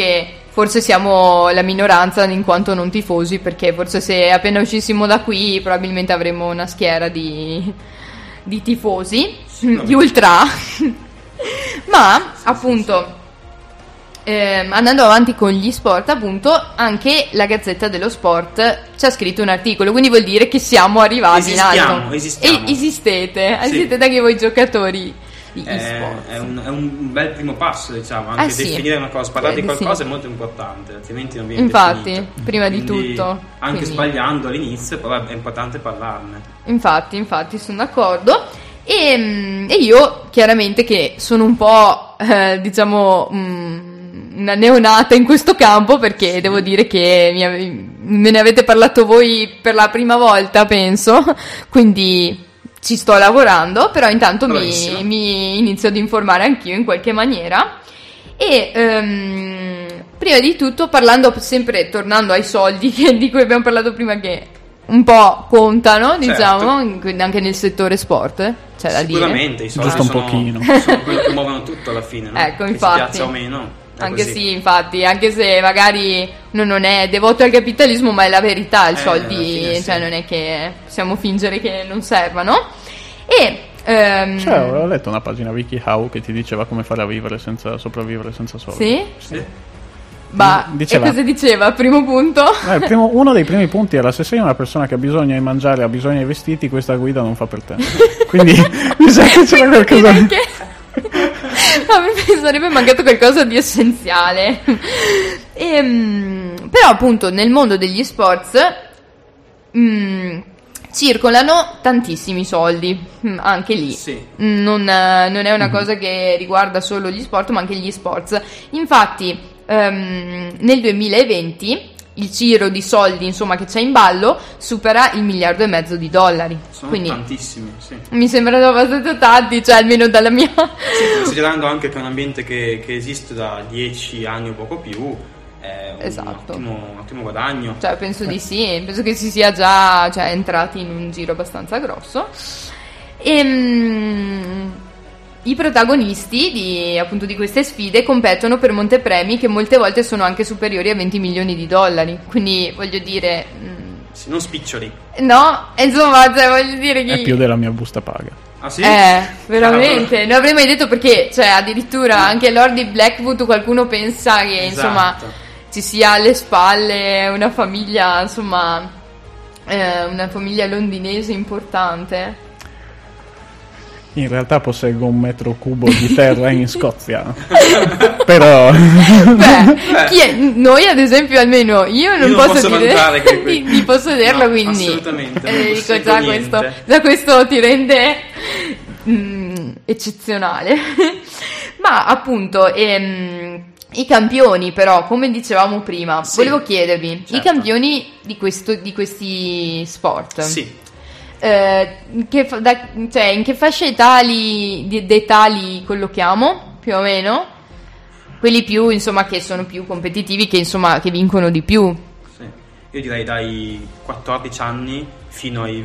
forse siamo la minoranza in quanto non tifosi, perché forse se appena uscissimo da qui probabilmente avremmo una schiera di tifosi, di ultra. Ma appunto andando avanti con gli sport, appunto anche la Gazzetta dello Sport ci ha scritto un articolo, quindi vuol dire che siamo arrivati in alto. Esistete anche voi giocatori di e-sport. È un bel primo passo, diciamo, anche definire una cosa, parlare di qualcosa è molto importante, altrimenti non viene definito. Prima quindi, di tutto anche sbagliando all'inizio, però è importante parlarne. Infatti sono d'accordo. E io chiaramente che sono un po' diciamo una neonata in questo campo, perché devo dire che me ne avete parlato voi per la prima volta, penso, quindi ci sto lavorando, però intanto mi inizio ad informare anch'io in qualche maniera. E prima di tutto, tornando ai soldi di cui abbiamo parlato prima, che un po' contano, diciamo, anche nel settore sport, c'è da dire. Sicuramente i soldi sono quelli che muovono tutto alla fine, no? Ecco, che infatti. si piazza o meno. Anche sì, infatti, anche se magari uno non è devoto al capitalismo, ma è la verità, i soldi, cioè non è che possiamo fingere che non servano. E ho letto una pagina WikiHow che ti diceva come fare a sopravvivere senza soldi. Sì? Ma e cosa diceva? Primo punto? Uno dei primi punti era: se sei una persona che ha bisogno di mangiare, ha bisogno di vestiti, questa guida non fa per te. Quindi mi sa che c'era qualcosa. A me sarebbe mancato qualcosa di essenziale. Però appunto nel mondo degli sports circolano tantissimi soldi, anche lì. Non è una cosa che riguarda solo gli sport, ma anche gli sports. Infatti nel 2020 il giro di soldi, insomma, che c'è in ballo supera $1,5 miliardi. Sono quindi tantissimi, sì. Mi sembrano abbastanza tanti, cioè almeno dalla mia. Considerando anche che è un ambiente che esiste da 10 anni o poco più, è un ottimo guadagno. Cioè penso di sì, penso che si sia già entrati in un giro abbastanza grosso. I protagonisti di queste sfide competono per montepremi che molte volte sono anche superiori a $20 milioni, quindi voglio dire non spiccioli. No, insomma, voglio dire che è più della mia busta paga. Ah sì? Veramente, non avrei mai detto, perché addirittura anche Lord di Blackwood qualcuno pensa che insomma ci sia alle spalle una famiglia, insomma una famiglia londinese importante. In realtà posseggo 1 metro cubo di terra in Scozia. Però noi ad esempio, almeno io non posso dire di possederlo, no, quindi assolutamente dico, già questo ti rende eccezionale. Ma appunto i campioni, però, come dicevamo prima, volevo chiedervi, i campioni di questi sport, in che fascia d'età li collochiamo, più o meno? Quelli più, insomma, che sono più competitivi, che insomma che vincono di più. Io direi dai 14 anni fino ai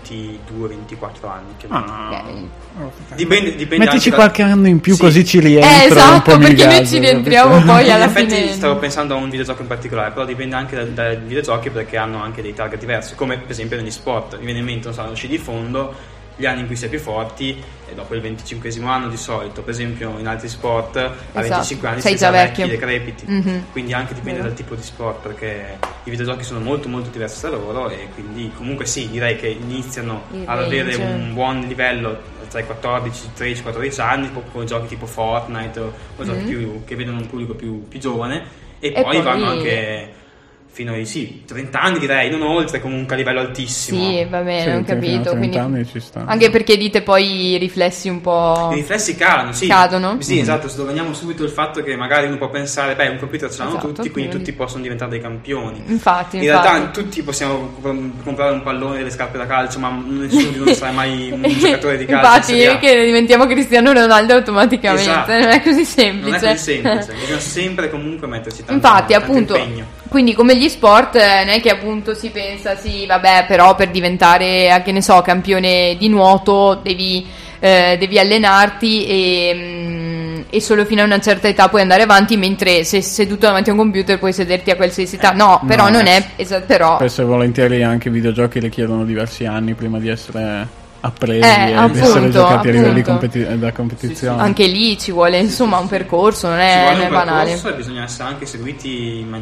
22-24 anni. Dipende. Mettici qualche anno in più, così ci rientro. Esatto, perché noi ci rientriamo poi alla fine. In effetti stavo pensando a un videogioco in particolare, però dipende anche dai videogiochi, perché hanno anche dei target diversi, come per esempio negli sport. Mi viene in mente, lo sci di fondo, gli anni in cui si è più forti e dopo il 25esimo anno di solito. Per esempio in altri sport a 25 anni sei già vecchi, decrepiti. Quindi anche dipende dal tipo di sport, perché i videogiochi sono molto molto diversi tra loro, e quindi comunque direi che iniziano ad avere un buon livello tra i 13-14 anni, con giochi tipo Fortnite o giochi che vedono un pubblico più giovane, e poi vanno anche fino ai 30 anni, direi, non oltre, comunque a livello altissimo. Sì, va bene, ho capito. 30 anni ci sta. Anche perché dite poi i riflessi un po'. I riflessi cadono, sì. Cadono? Sì, esatto, sdoganiamo subito il fatto che magari uno può pensare, un computer ce l'hanno tutti, quindi tutti possono diventare dei campioni. Infatti. In realtà tutti possiamo comprare un pallone e delle scarpe da calcio, ma nessuno di noi sarà mai un giocatore di calcio. Infatti è che diventiamo Cristiano Ronaldo automaticamente, non è così semplice. Non è così semplice, bisogna sempre comunque metterci tanto, infatti, tanto appunto, impegno. Quindi come gli sport non è che appunto si pensa però per diventare, che ne so, campione di nuoto devi allenarti e solo fino a una certa età puoi andare avanti, mentre se seduto davanti a un computer puoi sederti a qualsiasi età. No, però non è però spesso e volentieri anche i videogiochi richiedono diversi anni prima di essere appresi e di essere giocati a livelli da competizione. Anche lì ci vuole insomma un percorso, non è banale. E bisogna essere anche seguiti in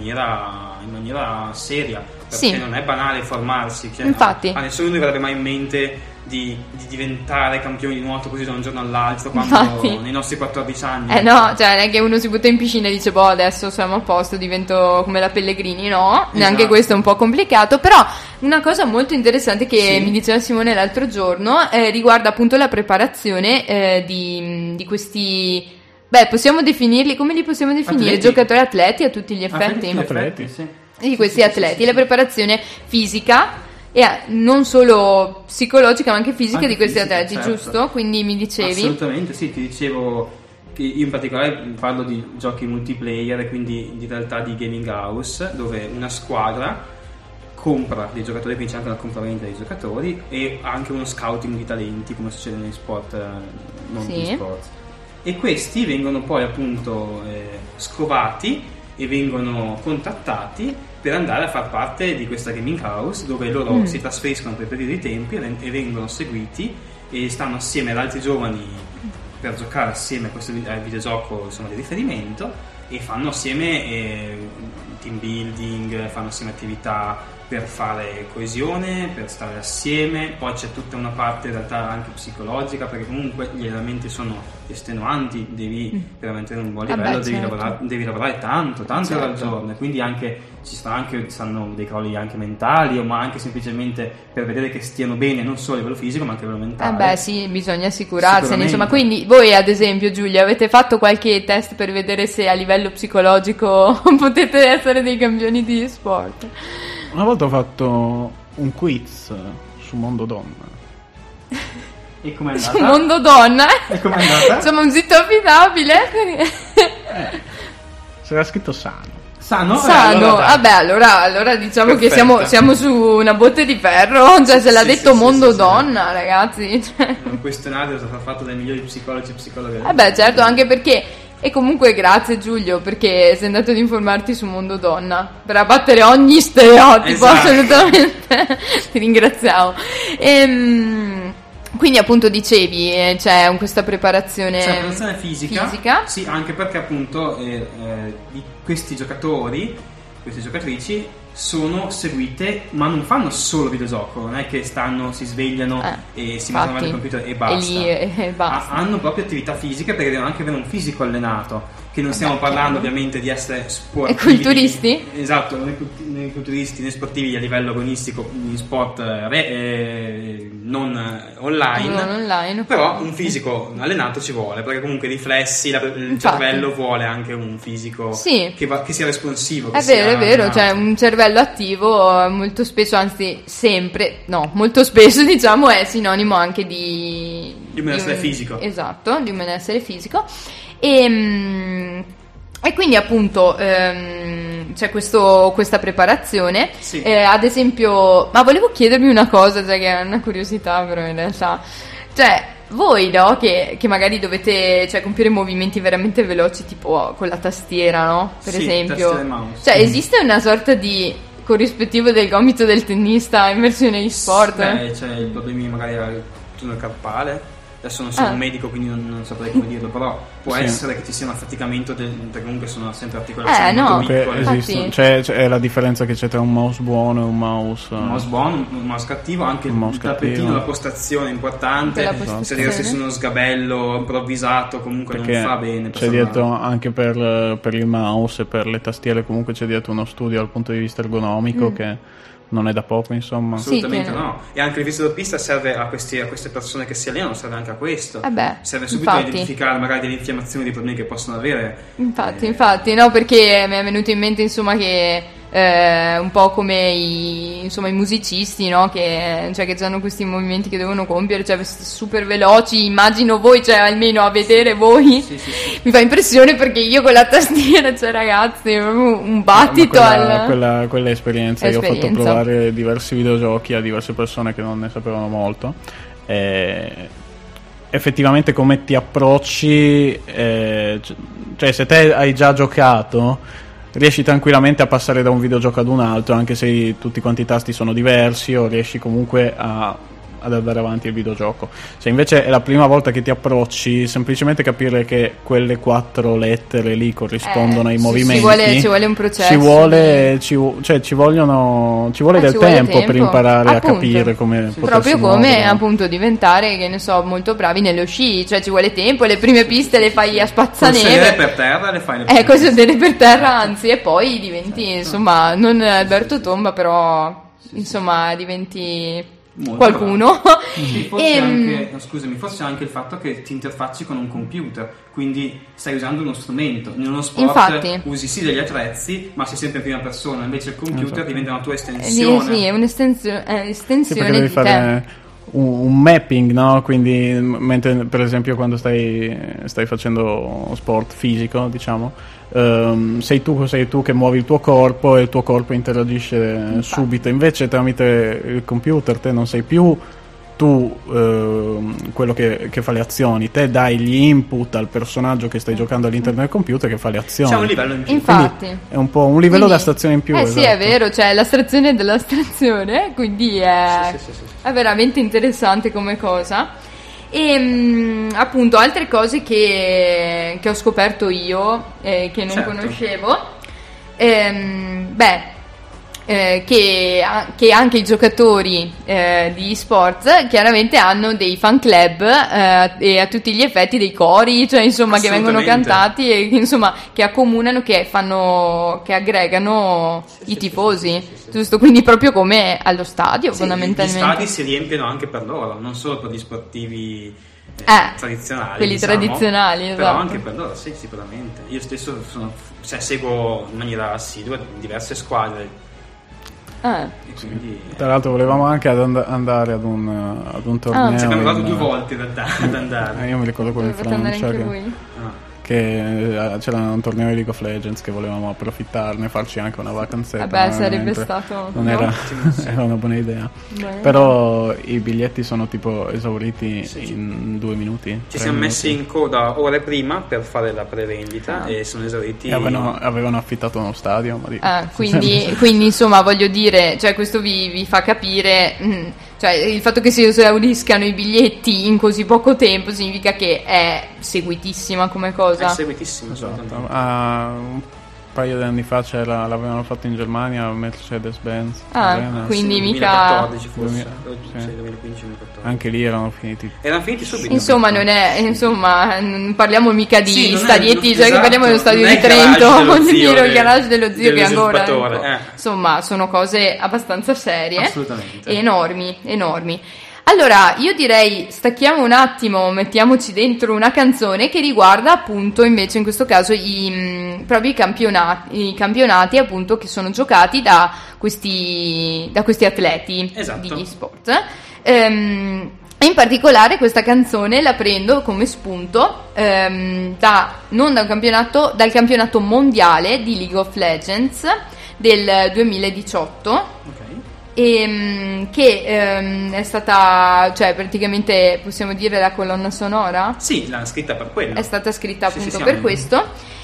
maniera seria, perché non è banale formarsi, cioè, infatti a nessuno avrebbe mai in mente di diventare campioni di nuoto così da un giorno all'altro quando nei nostri 14 anni. No, cioè non è che uno si butta in piscina e dice adesso siamo a posto, divento come la Pellegrini, no, neanche questo è un po' complicato. Però una cosa molto interessante che mi diceva Simone l'altro giorno riguarda appunto la preparazione di questi, possiamo definirli, come li possiamo definire? Giocatori atleti a tutti gli effetti? Atleti, sì. Di questi atleti, la preparazione fisica e non solo psicologica ma anche fisica di questi atleti, certo. Giusto? Quindi mi dicevi? Assolutamente sì, ti dicevo che io in particolare parlo di giochi multiplayer e quindi in realtà di gaming house, dove una squadra compra dei giocatori, quindi c'è anche una compravendita dei giocatori e anche uno scouting di talenti come succede negli sport non di sport, e questi vengono poi appunto scovati e vengono contattati per andare a far parte di questa gaming house, dove loro si trasferiscono per periodi di tempi e vengono seguiti e stanno assieme ad altri giovani per giocare assieme a questo videogioco, insomma, di riferimento, e fanno assieme team building, fanno assieme attività per fare coesione, per stare assieme. Poi c'è tutta una parte in realtà anche psicologica, perché comunque gli allenamenti sono estenuanti, devi per mantenere un buon livello, devi lavorare tanto al giorno, e quindi anche stanno dei crolli anche mentali, ma anche semplicemente per vedere che stiano bene non solo a livello fisico ma anche a livello mentale. Sì, bisogna assicurarsene, insomma. Quindi voi ad esempio, Giulia, avete fatto qualche test per vedere se a livello psicologico potete essere dei campioni di sport? Una volta ho fatto un quiz su Mondo Donna. E com'è andata? Su Mondo Donna? E com'è andata? Insomma, un sito affidabile. C'era scritto sano. Sano? Allora diciamo perfetto, che siamo su una botte di ferro. Cioè, se l'ha detto Mondo Donna, ragazzi. Cioè. Un questionario è stato fatto dai migliori psicologi e psicologhe. Certo, anche perché. E comunque grazie Giulio, perché sei andato ad informarti su Mondo Donna per abbattere ogni stereotipo, assolutamente. Ti ringraziamo. Quindi appunto dicevi c'è questa preparazione fisica. Sì, anche perché appunto di questi giocatori, queste giocatrici sono seguite, ma non fanno solo videogioco, non è che si svegliano e si mettono davanti al computer e basta. Hanno proprio attività fisiche, perché devono anche avere un fisico allenato, che non stiamo parlando ovviamente di essere sportivi. E culturisti? Esatto, nei culturisti, nei sportivi a livello agonistico, in sport non online, però un fisico allenato ci vuole, perché comunque i riflessi, il cervello vuole anche un fisico che sia responsivo. È vero, cioè un cervello attivo molto spesso, anzi sempre, no, molto spesso diciamo è sinonimo anche di un benessere fisico. Esatto, di un benessere fisico. E quindi appunto c'è questa preparazione. Ad esempio, ma volevo chiedermi una cosa, cioè, che è una curiosità, però in realtà, cioè voi no, che magari dovete compiere movimenti veramente veloci, tipo con la tastiera, no? Per esempio, cioè esiste una sorta di corrispettivo del gomito del tennista in versione e-sport? C'è i problemi magari al tunnel carpale. Adesso non sono un medico, quindi non saprei come dirlo, però può essere che ci sia un affaticamento perché comunque sono sempre articolazioni molto piccole. C'è la differenza che c'è tra un mouse buono e un mouse buono, un mouse cattivo, anche il tappetino, la postazione è importante. Se deve essere uno sgabello improvvisato, comunque perché non fa bene. C'è dietro anche per il mouse e per le tastiere, comunque c'è dietro uno studio dal punto di vista ergonomico che non è da poco, insomma. Assolutamente no. E anche il fisioterapista serve a queste persone che si allenano, serve anche a questo. Serve subito a identificare magari delle infiammazioni, dei problemi che possono avere. Infatti, no, perché mi è venuto in mente insomma che un po' come i musicisti, no? Che hanno questi movimenti che devono compiere, cioè super veloci. Immagino voi, cioè almeno a vedere voi, sì. Mi fa impressione, perché io con la tastiera, cioè ragazzi, è proprio un battito. Quella esperienza. Io ho fatto provare diversi videogiochi a diverse persone che non ne sapevano molto. E effettivamente come ti approcci, cioè se te hai già giocato riesci tranquillamente a passare da un videogioco ad un altro, anche se tutti quanti i tasti sono diversi, o riesci comunque ad andare avanti il videogioco. Se invece è la prima volta che ti approcci, semplicemente capire che quelle 4 lettere lì corrispondono ai movimenti, ci vuole un processo, ci vuole del tempo per imparare appunto, a capire come proprio come appunto diventare, che ne so, molto bravi nello sci, cioè ci vuole tempo, le prime piste le fai a spazzaneve, per terra le fai sedere per terra, anzi, e poi diventi, insomma, non Alberto Tomba, però insomma diventi molto qualcuno. Forse anche il fatto che ti interfacci con un computer, quindi stai usando uno strumento. In uno sport infatti usi sì degli attrezzi, ma sei sempre in prima persona, invece il computer diventa una tua estensione. Sì, è un'estensione di te. Un mapping, no? Quindi mentre per esempio quando stai facendo sport fisico, diciamo, sei tu che muovi il tuo corpo e il tuo corpo interagisce subito. Invece tramite il computer te non sei più tu quello che fa le azioni, te dai gli input al personaggio che stai giocando all'interno del computer che fa le azioni. C'è un livello in più. Infatti quindi è un po' un livello di astrazione in più. Sì, è vero, cioè l'astrazione dell'astrazione, quindi è veramente interessante come cosa. E appunto altre cose che ho scoperto io, che non conoscevo, che anche i giocatori di esports chiaramente hanno dei fan club e a tutti gli effetti dei cori, cioè insomma che vengono cantati e insomma che accomunano, che aggregano i tifosi, giusto? Quindi proprio come allo stadio, fondamentalmente. Gli stadi si riempiono anche per loro, non solo per gli sportivi tradizionali, quelli tradizionali, esatto. Però anche per loro, sì, sicuramente. Io stesso seguo in maniera assidua diverse squadre. Quindi... Tra l'altro volevamo anche andare ad un torneo. Ci abbiamo provato 2 volte ad andare. Io mi ricordo quello in Francia che c'era un torneo di League of Legends che volevamo approfittarne, farci anche una vacanzetta. Sarebbe stato era una buona idea. Però i biglietti sono tipo esauriti in 2 minuti. Ci siamo messi in coda ore prima per fare la prevendita e sono esauriti. Avevano affittato uno stadio. Quindi insomma voglio dire, cioè questo vi fa capire. Cioè il fatto che si esauriscano i biglietti in così poco tempo significa che è seguitissima come cosa. È seguitissima, esatto. Un paio di anni fa l'avevano fatto in Germania, Mercedes-Benz Arena. Quindi mica 2014 forse, 2015-2014. Anche lì erano finiti subito. Insomma non parliamo mica di stadietti, cioè che parliamo dello stadio di Trento, voglio dire, il garage dello zio che ancora insomma sono cose abbastanza serie, assolutamente, enormi. Allora, io direi stacchiamo un attimo, mettiamoci dentro una canzone che riguarda appunto invece in questo caso proprio i campionati appunto che sono giocati da questi atleti di e-sport. In particolare questa canzone la prendo come spunto dal campionato mondiale di League of Legends del 2018. Che è stata, cioè praticamente possiamo dire la colonna sonora? Sì, l'hanno scritta per quello. È stata scritta appunto per questo,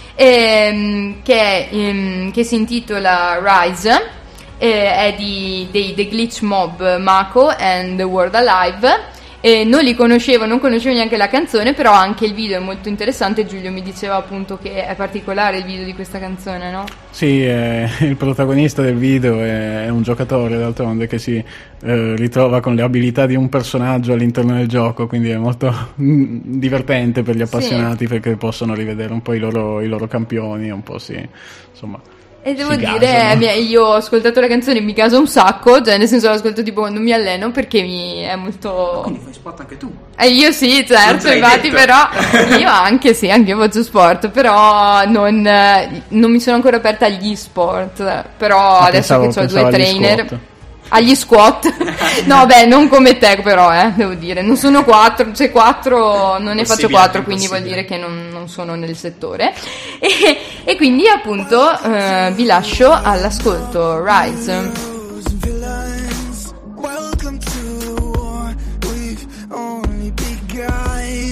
che si intitola Rise, è dei The Glitch Mob, Mako and The World Alive. Non conoscevo neanche la canzone, però anche il video è molto interessante. Giulio mi diceva appunto che è particolare il video di questa canzone, no? Sì, il protagonista del video è un giocatore d'altronde che si ritrova con le abilità di un personaggio all'interno del gioco, quindi è molto divertente per gli appassionati, perché possono rivedere un po' i loro campioni, un po' insomma. E devo dire, io ho ascoltato la canzone e mi casa un sacco, cioè nel senso l'ascolto tipo quando mi alleno, perché è molto... Ma quindi fai sport anche tu? Io sì, certo, infatti, però io anche io faccio sport, però non mi sono ancora aperta agli sport, però adesso che ho 2 trainer... Agli squat? No, non come te, però, devo dire, non sono 4, cioè 4, non ne faccio 4, quindi vuol dire che non sono nel settore. E quindi, appunto, vi lascio all'ascolto. Rise. Welcome to war. We've only begun.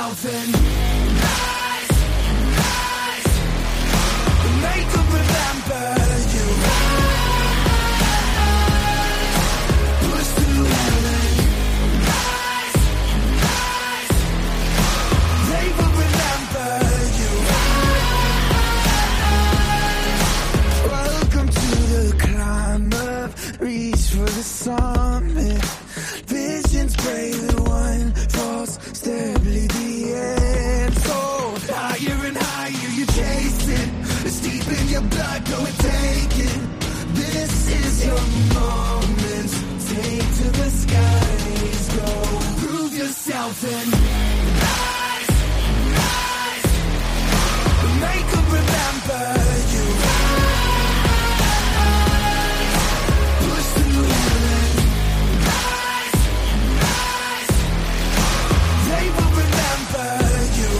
yourself in lies, lies. Make them remember you. Push through heaven. Lies, lies. They will remember you. Welcome to the climb up. Reach for the summit. Visions brave and one false step lead the end. So higher and higher you're chasing. It's deep in your blood, go and take it. This is your moment. Take to the skies, go. Prove yourself and rise, rise. Make them remember you. Push through heaven. Rise, rise. They will remember you.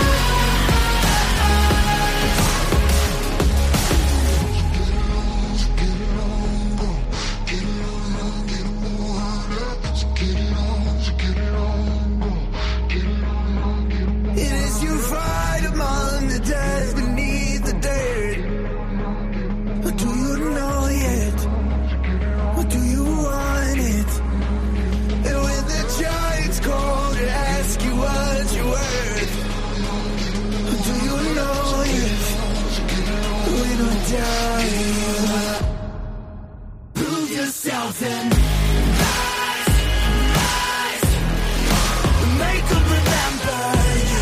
It is you fight among the dead beneath the dirt. Or do you know yet? Or do you want it? And when the giants call to ask you what you're worth, or do you know yet? We don't die. Prove yourself and rise, rise. Make them remember you.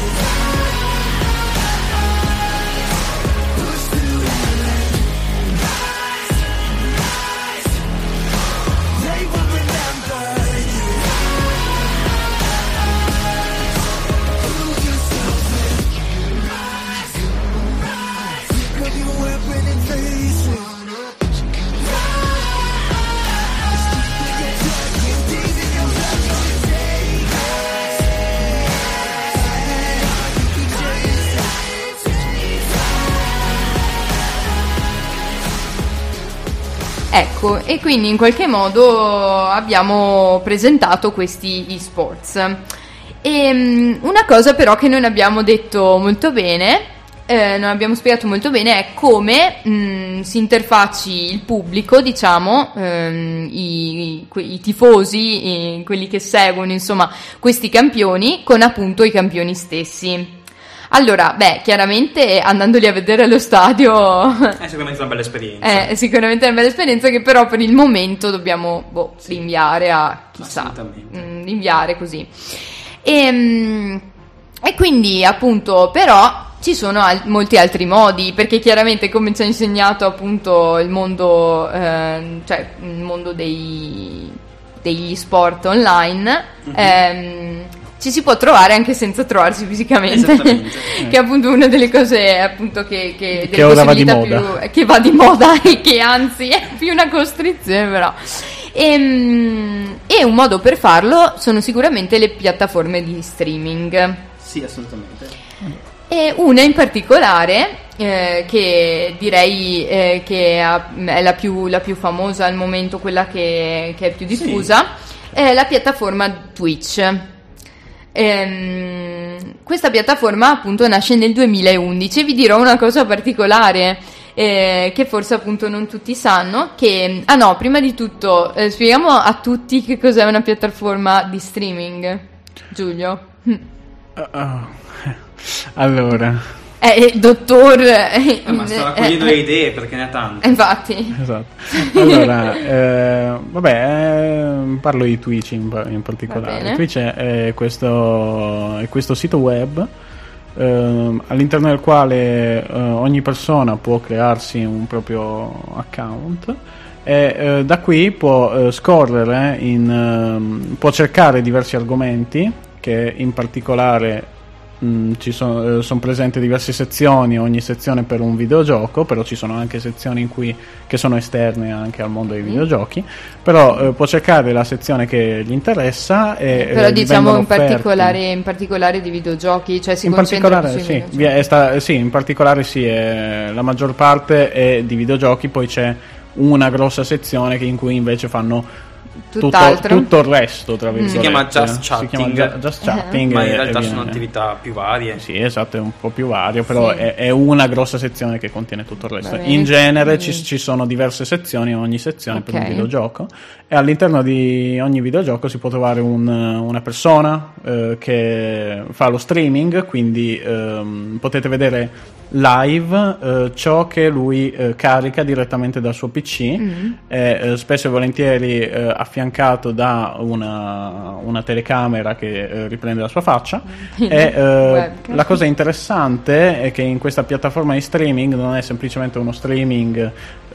Push through heaven. Rise, rise. They will remember you. Prove yourself and rise, rise. Pick up your weapon and face it. Rise. Deep in your touch and deep in your love, you can take it. Ecco, e quindi in qualche modo abbiamo presentato questi eSports. E una cosa però che non abbiamo detto molto bene, non abbiamo spiegato molto bene, è come si interfacci il pubblico, diciamo, i tifosi, quelli che seguono, insomma, questi campioni, con appunto i campioni stessi. Allora, chiaramente andandoli a vedere allo stadio È sicuramente una bella esperienza. è sicuramente una bella esperienza che però per il momento dobbiamo rinviare a chissà, Assolutamente. rinviare così. E quindi appunto però ci sono molti altri modi, perché chiaramente come ci ha insegnato appunto il mondo, cioè il mondo degli sport online, ci si può trovare anche senza trovarsi fisicamente, che è appunto una delle cose appunto che delle ora va di possibilità moda. che va di moda e che anzi è più una costrizione però. E un modo per farlo sono sicuramente le piattaforme di streaming. Sì, assolutamente. E una in particolare che direi che è la più famosa al momento, quella che è più diffusa, è la piattaforma Twitch. Questa piattaforma appunto nasce nel 2011. Vi dirò una cosa particolare che forse appunto non tutti sanno, che prima di tutto spieghiamo a tutti che cos'è una piattaforma di streaming, Giulio. Allora, il dottor Ma sta raccogliendo le idee perché ne ha tante. infatti. esatto. Allora, parlo di Twitch in particolare. Twitch è questo sito web all'interno del quale ogni persona può crearsi un proprio account e da qui può scorrere può cercare diversi argomenti che in particolare ci sono presenti diverse sezioni, ogni sezione per un videogioco, però ci sono anche sezioni che sono esterne anche al mondo dei videogiochi, però può cercare la sezione che gli interessa e però diciamo in particolare di videogiochi, cioè si concentra più sui videogiochi. In particolare la maggior parte è di videogiochi, poi c'è una grossa sezione in cui invece fanno tutto il resto, tra virgolette. Si chiama Just Chatting. Just Chatting, ma in realtà sono attività più varie. Sì, esatto, è un po' più vario, però sì, è una grossa sezione che contiene tutto il resto. Bene, in genere ci sono diverse sezioni, ogni sezione per un videogioco, e all'interno di ogni videogioco si può trovare una persona che fa lo streaming, quindi potete vedere live ciò che lui carica direttamente dal suo PC, spesso e volentieri affiancato da una telecamera che riprende la sua faccia. E la cosa interessante è che in questa piattaforma di streaming non è semplicemente uno streaming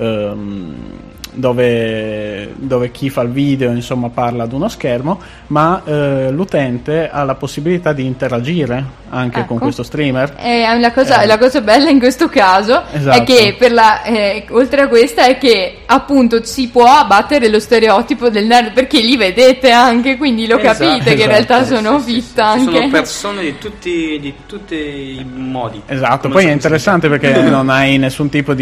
dove chi fa il video insomma parla ad uno schermo, ma l'utente ha la possibilità di interagire anche con questo streamer. La cosa bella in questo caso è che oltre a questa è che appunto si può abbattere lo stereotipo del nerd, perché li vedete anche, quindi lo capite che in realtà sono fitta anche. Ci sono persone di tutti i modi. Esatto, poi è interessante perché non hai nessun tipo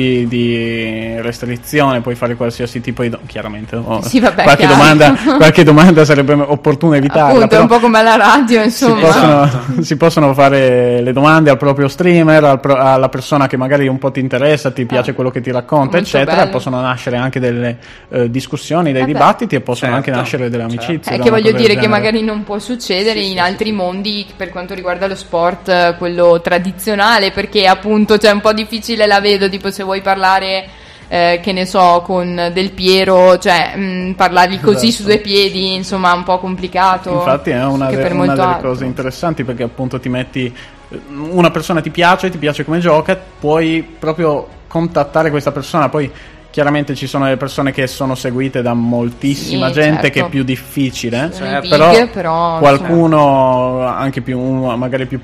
di restrizione, puoi fare qualsiasi tipo di chiaramente sì, vabbè, qualche domanda sarebbe opportuno evitarla. Appunto, è un po' come alla radio, insomma. Si possono fare le domande al proprio streamer, alla persona che magari un po' ti interessa, ti piace quello che ti racconta, eccetera. Bello. Possono nascere anche delle discussioni, dei dibattiti, e possono anche nascere delle amicizie. Che voglio dire che magari non può succedere in altri mondi per quanto riguarda lo sport, quello tradizionale, perché appunto c'è un po' difficile, la vedo, tipo se vuoi parlare che ne so, con Del Piero, cioè parlargli così su due piedi, insomma, un po' complicato. Infatti è una delle cose interessanti, perché appunto ti metti, una persona ti piace come gioca, puoi proprio contattare questa persona. Poi chiaramente ci sono delle persone che sono seguite da moltissima gente, che è più difficile, però qualcuno anche magari più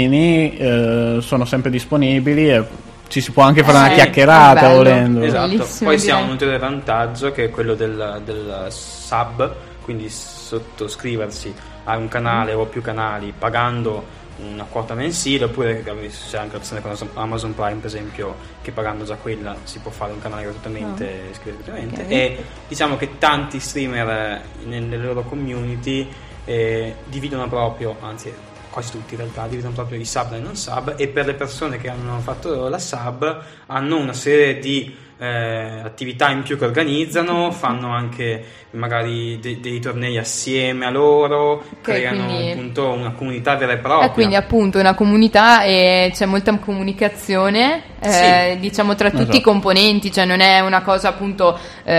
piccolini sono sempre disponibili, e ci si può anche fare una chiacchierata volendo. Esatto. Poi si ha un ulteriore vantaggio, che è quello del sub, quindi sottoscriversi a un canale o più canali pagando una quota mensile, oppure c'è anche l'opzione con Amazon Prime, per esempio, che pagando già quella si può fare un canale gratuitamente, gratuitamente. E diciamo che tanti streamer nelle loro community dividono proprio, anzi quasi tutti in realtà dividono proprio i sub dai non sub, e per le persone che hanno fatto la sub hanno una serie di attività in più che organizzano, fanno anche magari dei tornei assieme a loro, creano appunto una comunità vera e propria. Quindi appunto una comunità, e c'è molta comunicazione diciamo tra tutti i componenti, cioè non è una cosa appunto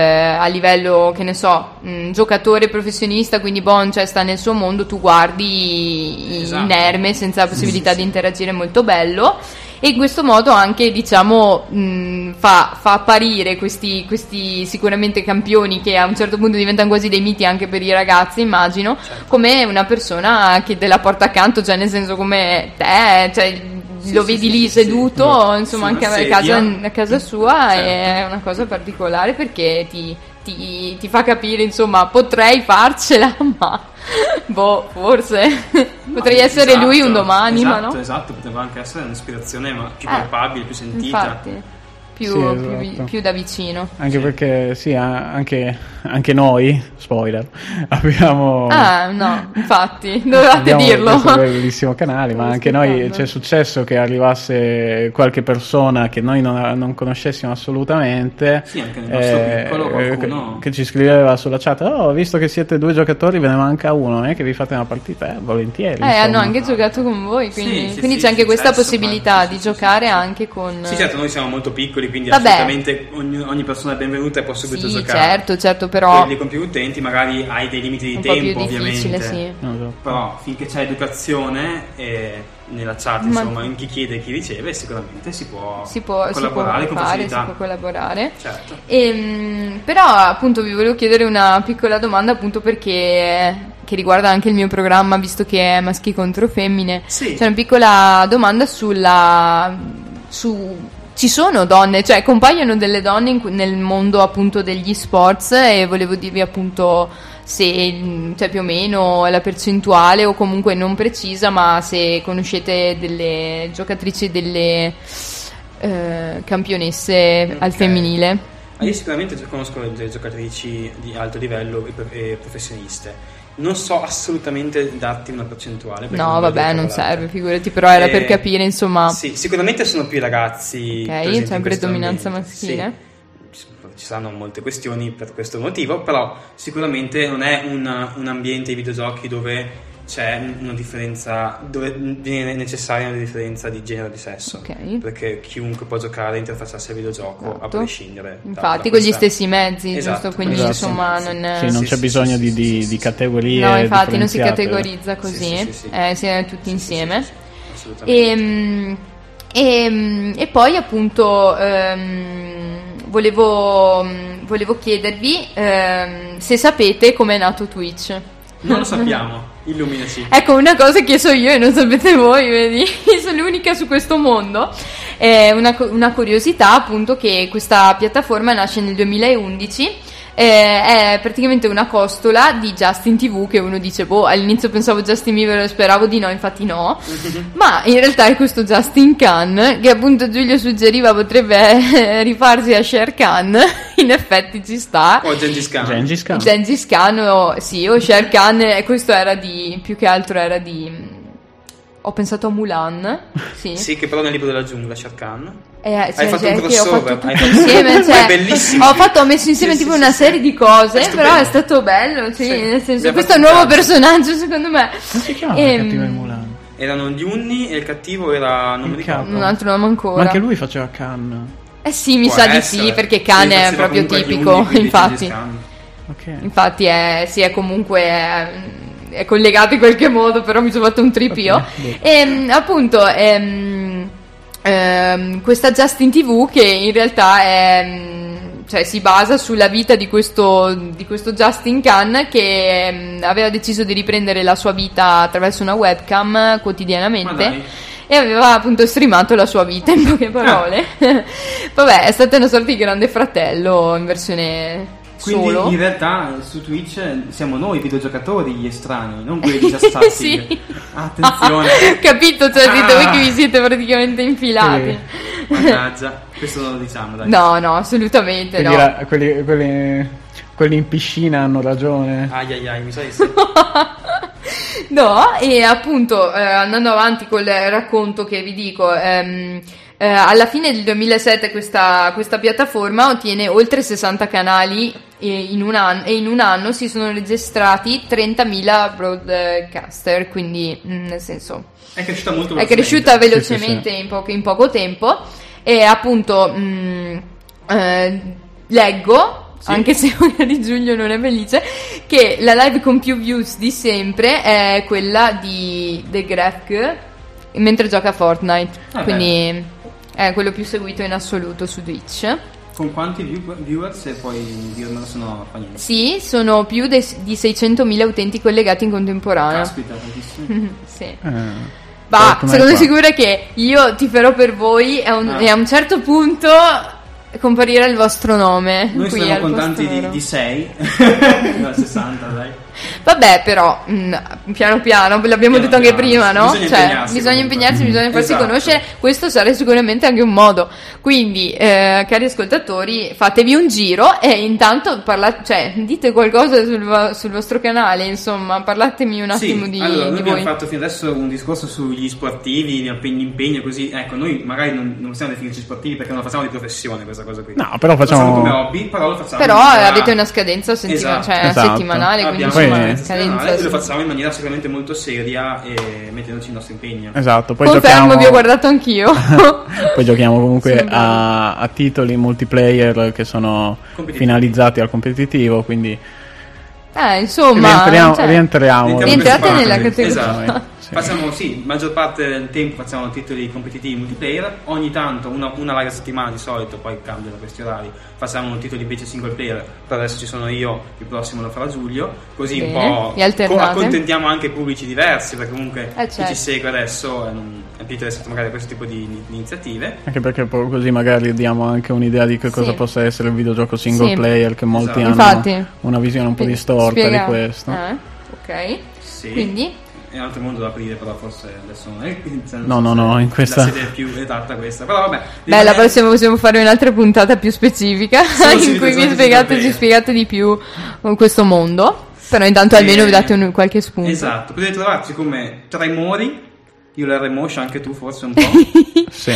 a livello, che ne so, giocatore professionista, quindi cioè sta nel suo mondo, tu guardi inerme senza la possibilità di interagire, molto bello. E in questo modo anche, diciamo, fa apparire questi sicuramente campioni, che a un certo punto diventano quasi dei miti anche per i ragazzi, immagino, come una persona che te la porta accanto, cioè nel senso come te, cioè lo vedi lì seduto, insomma, anche a casa sua, è una cosa particolare, perché ti fa capire, insomma, potrei farcela, ma forse potrei essere lui un domani, ma no? Esatto, potrebbe anche essere un'ispirazione più palpabile, più sentita. Infatti. Più da vicino. Anche perché anche noi, spoiler, abbiamo no, infatti dovevate dirlo, un bellissimo canale, ma anche noi c'è successo che arrivasse qualche persona che noi non conoscessimo assolutamente, anche nel nostro piccolo qualcuno che ci scriveva sulla chat: visto che siete 2 giocatori, ve ne manca uno, che vi fate una partita, volentieri. Hanno anche giocato con voi, quindi c'è anche questa possibilità di giocare anche con. Sì, certo, noi siamo molto piccoli, quindi assolutamente ogni persona è benvenuta e può subito giocare. Certo, però quelli con più utenti magari hai dei limiti di tempo, ovviamente. Però finché c'è educazione nella chat, insomma, in chi chiede e chi riceve, sicuramente si può collaborare con facilità. Si può collaborare. Certo. Però appunto vi volevo chiedere una piccola domanda, appunto perché che riguarda anche il mio programma, visto che è Maschi contro Femmine. C'è una piccola domanda ci sono donne, cioè compaiono delle donne nel mondo appunto degli sports, e volevo dirvi appunto se, cioè, più o meno la percentuale, o comunque non precisa, ma se conoscete delle giocatrici, delle campionesse al femminile. Io sicuramente conosco le giocatrici di alto livello e professioniste. Non so assolutamente darti una percentuale. No, vabbè, non serve, figurati, però era per capire, insomma. Sì, sicuramente sono più i ragazzi. Ok, c'è predominanza maschile. Sì. Ci saranno molte questioni per questo motivo, però sicuramente non è un ambiente di videogiochi dove c'è una differenza, dove viene necessaria una differenza di genere e di sesso, perché chiunque può giocare e interfacciarsi al videogioco, a prescindere. Infatti con gli stessi mezzi, giusto? Quindi insomma non c'è bisogno di categorie. No, infatti non si categorizza così, si è tutti insieme. E poi appunto volevo chiedervi se sapete com'è nato Twitch. Non lo sappiamo, illuminaci. Ecco, una cosa che so io e non sapete voi, vedi? Sono l'unica su questo mondo. È una curiosità, appunto, che questa piattaforma nasce nel 2011. È praticamente una costola di Justin TV, che uno dice, all'inizio pensavo Justin Bieber, speravo di no, infatti no. Ma in realtà è questo Justin Khan, che appunto Giulio suggeriva potrebbe rifarsi a Sher Khan. In effetti ci sta. O Gengis Khan, o Sher Khan. E questo era più che altro era di... Ho pensato a Mulan. Sì, che però nel libro della giungla, Sher Khan. Hai fatto un crossover, ho fatto tutto insieme, è bellissimo. Ho messo insieme tipo una serie di cose, però è stato bello, nel senso, questo è un nuovo personaggio secondo me. Come si chiama il cattivo in Mulan? Erano gli Unni e il cattivo era, non mi ricordo, un altro nome ancora. Ma anche lui faceva Khan. Sì, mi sa di sì, perché Khan è proprio tipico, infatti. Infatti è comunque è collegato in qualche modo, però mi sono fatto un trip io. E appunto questa Justin TV, che in realtà si basa sulla vita di questo Justin Khan, che aveva deciso di riprendere la sua vita attraverso una webcam quotidianamente e aveva appunto streamato la sua vita, in poche parole. Vabbè, è stata una sorta di Grande Fratello in versione quindi solo. In realtà su Twitch siamo noi videogiocatori gli estranei, non quelli già stati. Sì. Attenzione. Capito, siete voi che vi siete praticamente infilati. Mannaggia, questo non lo diciamo, dai. No, assolutamente quindi no. Quelli in piscina hanno ragione. Ai, mi sa di sì. No, e appunto andando avanti col racconto che vi dico, alla fine del 2007 questa piattaforma ottiene oltre 60 canali e in un anno si sono registrati 30.000 broadcaster, quindi nel senso è cresciuta molto velocemente. È cresciuta velocemente in poco tempo. E appunto leggo, anche se una di Giulio non è felice, che la live con più views di sempre è quella di The Greg mentre gioca a Fortnite. Quindi è quello più seguito in assoluto su Twitch. Con quanti viewers, e poi dirmelo se no fa niente. Sì, sono più di 600.000 utenti collegati in contemporanea. Caspita, tantissimo. Sì. Sono sicura che io tiferò per voi e a un certo punto comparirà il vostro nome. Noi qui siamo contanti di 6 60, dai. Vabbè, però piano, l'abbiamo detto anche prima, no? Bisogna impegnarsi, bisogna farsi conoscere. Questo sarà sicuramente anche un modo. Quindi, cari ascoltatori, fatevi un giro e intanto dite qualcosa sul vostro canale, insomma, parlatemi un attimo di allora, noi abbiamo voi. fatto fino adesso un discorso sugli sportivi, impegno così. Ecco, noi magari non possiamo definirci sportivi perché non lo facciamo di professione questa cosa qui. No, però facciamo come hobby, però lo facciamo. Però avete una scadenza settimanale, quindi abbiamo e lo facciamo in maniera sicuramente molto seria e mettendoci il nostro impegno. Esatto, poi confermo, vi ho guardato anch'io. Poi giochiamo comunque a titoli multiplayer che sono finalizzati al competitivo, quindi insomma rientrate nella categoria. Esatto. Facciamo maggior parte del tempo facciamo titoli competitivi multiplayer, ogni tanto una live a settimana di solito, poi cambiano questi orari, facciamo titoli invece single player. Per adesso ci sono io, il prossimo lo farà Giulio, così un po' accontentiamo anche pubblici diversi, perché comunque chi ci segue adesso è più interessato magari a questo tipo di iniziative, anche perché così magari diamo anche un'idea di che cosa possa essere il videogioco single player, che molti hanno una visione un po' distorta di questo. Ok, quindi è un altro mondo da aprire, però forse adesso non è no, in questa la sede più esatta questa, però vabbè. Beh, la prossima possiamo fare un'altra puntata più specifica in cui ci spiegate di più questo mondo, però intanto almeno vi date qualche spunto. Esatto, potete trovarci come Tremori, io la Remoscia, anche tu forse un po'. Sì.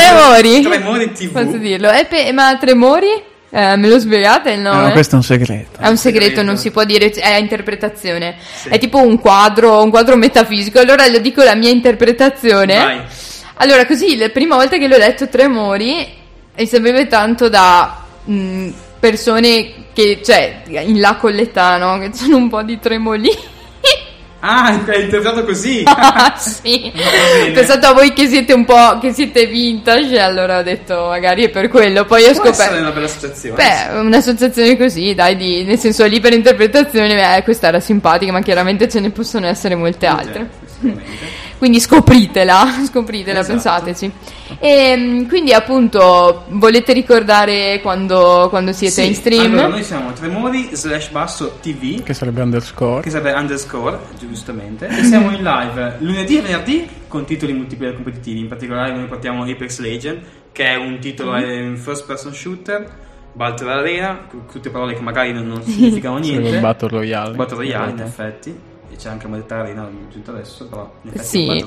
Tremori TV. Posso dirlo? Ma Tremori? Me lo spiegate il nome? No, questo è un segreto. È un segreto, non si può dire, è interpretazione. Sì. È tipo un quadro metafisico. Allora lo dico la mia interpretazione. Vai. Allora, così, la prima volta che l'ho letto Tremori, mi sembrava tanto da persone che, cioè, in La Colletano, che sono un po' di tremoli. Ah, hai interpretato così? Ah, sì. Pensato a voi che siete un po', che siete vintage, allora ho detto magari è per quello. Poi ho scoperto. Essere una bella associazione. Beh, un'associazione così, dai, nel senso libera interpretazione, questa era simpatica, ma chiaramente ce ne possono essere molte altre. Quindi scopritela, esatto. Pensateci. E quindi appunto volete ricordare quando siete in stream? Allora noi siamo Tremori/TV, che sarebbe underscore, giustamente, e siamo in live lunedì e venerdì con titoli multiplayer competitivi. In particolare noi portiamo Apex Legends, che è un titolo in first person shooter, Battle Arena, tutte parole che magari non significano niente. Battle Royale in effetti. C'è anche modalità arena giunto adesso, però sì,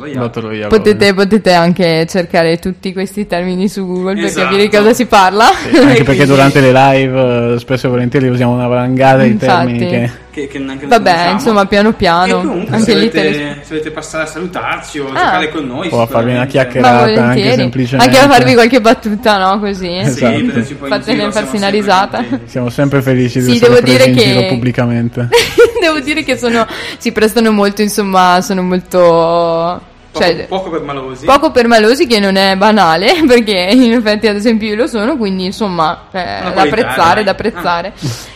potete anche cercare tutti questi termini su Google per capire di cosa si parla. Sì, anche perché durante le live spesso e volentieri usiamo una valangata di termini che neanche vabbè, insomma, piano piano. E comunque anche se volete passare a salutarci o giocare con noi, o a farvi una chiacchierata, anche semplicemente, anche a farvi qualche battuta, no? Così esatto. Farsi una risata. Siamo sempre felici di essere presi in giro pubblicamente. Devo dire che si prestano molto, insomma, sono molto poco permalosi, che non è banale, perché in effetti ad esempio io lo sono, quindi insomma da apprezzare.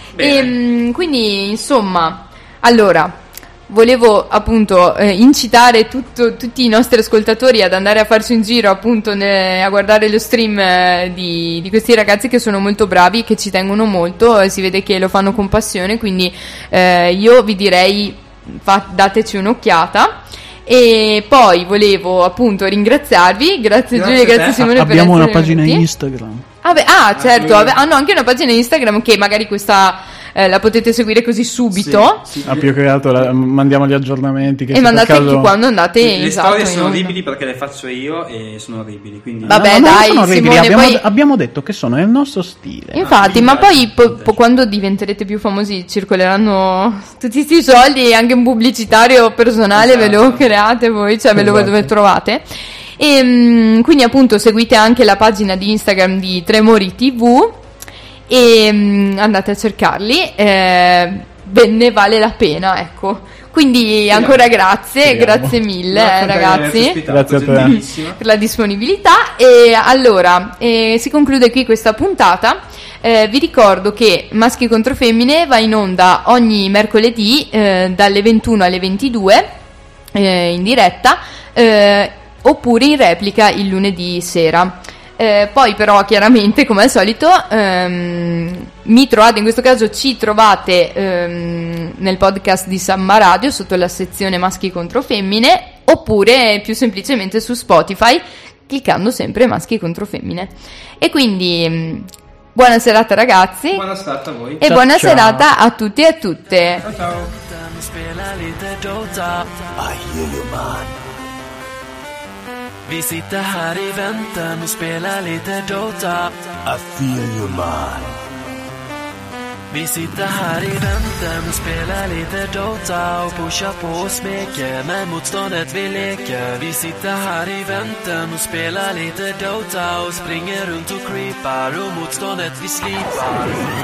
E quindi insomma, allora volevo appunto incitare tutti i nostri ascoltatori ad andare a farsi un giro appunto a guardare lo stream di questi ragazzi che sono molto bravi, che ci tengono molto, si vede che lo fanno con passione, quindi io vi direi dateci un'occhiata. E poi volevo appunto ringraziarvi, grazie Giulia, grazie Simone. Abbiamo una pagina Instagram. Certo, hanno anche una pagina Instagram che magari questa la potete seguire così subito. Sì. Più che altro mandiamo gli aggiornamenti che e mandate anche quando andate. Le storie sono orribili perché le faccio io e sono orribili, quindi vabbè, dai, Simone, abbiamo detto che sono nel nostro stile. Infatti, ma poi quando diventerete più famosi circoleranno tutti questi soldi e anche un pubblicitario personale, ve lo create voi, cioè ve lo dove trovate. E quindi appunto seguite anche la pagina di Instagram di Tremori TV e andate a cercarli, ne vale la pena, ecco. Quindi ancora grazie mille ragazzi, grazie a te per la disponibilità. E allora si conclude qui questa puntata. Vi ricordo che Maschi contro Femmine va in onda ogni mercoledì dalle 21 alle 22 in diretta, oppure in replica il lunedì sera. Poi però chiaramente, come al solito, mi trovate, in questo caso ci trovate nel podcast di Samba Radio sotto la sezione Maschi contro Femmine, oppure più semplicemente su Spotify cliccando sempre Maschi contro Femmine. E quindi buona serata ragazzi, buona serata a voi e buona serata a tutti e a tutte. Ciao. Vi sitter här i väntan och spelar lite Dota. I feel your mind. Vi sitter här i väntan och spelar lite Dota och pushar på och smeker med motståndet vi leker. Vi sitter här i väntan och spelar lite Dota och springer runt och creepar och motståndet vi slipar.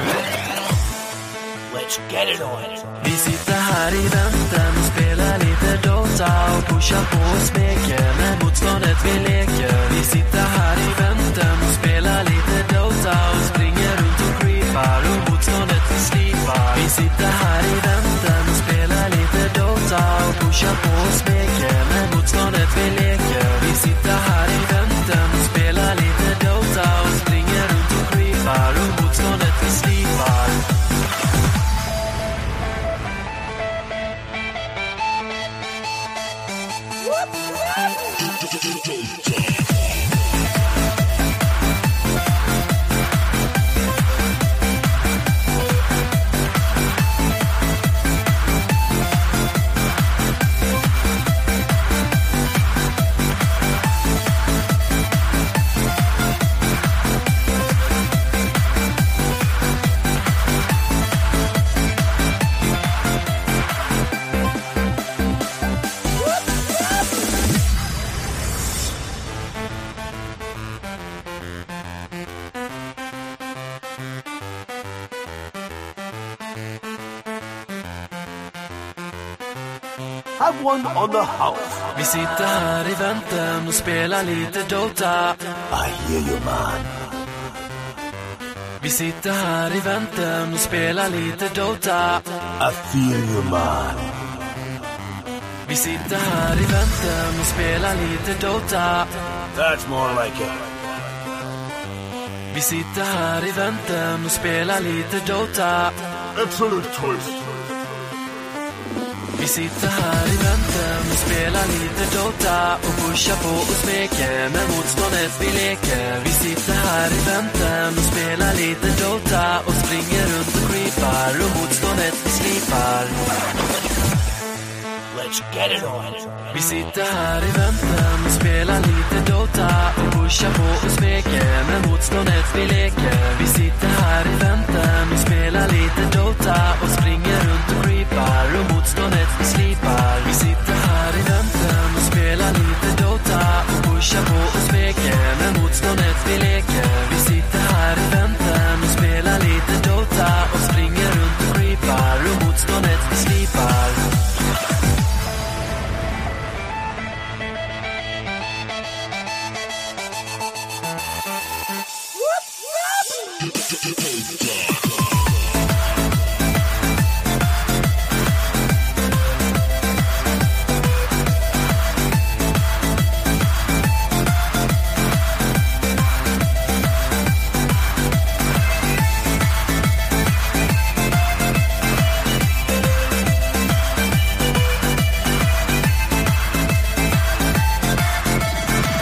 Let's get it on. Vi sitter här i väntan och spelar lite Dota och pushar på och smeker med motståndet vi leker. Vi sitter här i väntan och spelar lite Dota och springer runt och creepar och motståndet vi slipar. Vi sitter här i väntan och spelar lite Dota och pushar på och smeker med motståndet vi leker. Vi sitter här i väntan och spelar lite Dota och springer runt och creepar och motståndet vi slipar. Have one on the house. Vi sitter här i väntan och spelar lite Dota. I hear you, man. Vi sitter här i väntan och spelar lite Dota. I feel you, man. Vi sitter här i väntan och spelar lite Dota. That's more like it. Vi sitter här i väntan och spelar lite Dota. Absolute choice. Vi sitter här i väntan och spelar lite Dota och pushar på och smeker med motståndet vi leker. Vi sitter här i väntan och spelar lite Dota och springer runt och creepar och motståndet vi slipar. Let's get it on. Vi sitter här i väntan och spelar lite Dota och pushar på och smeker med motståndet vi leker. Vi sitter här i väntan och spelar lite Dota och springer runt och creepar och motståndet vi slipar. Vi sitter här i väntan och spelar lite Dota och pushar på och smeker med motståndet vi leker. Vi sitter här i väntan och spelar lite Dota och springer runt och creepar och motståndet vi slipar.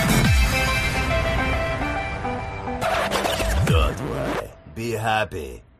Be happy.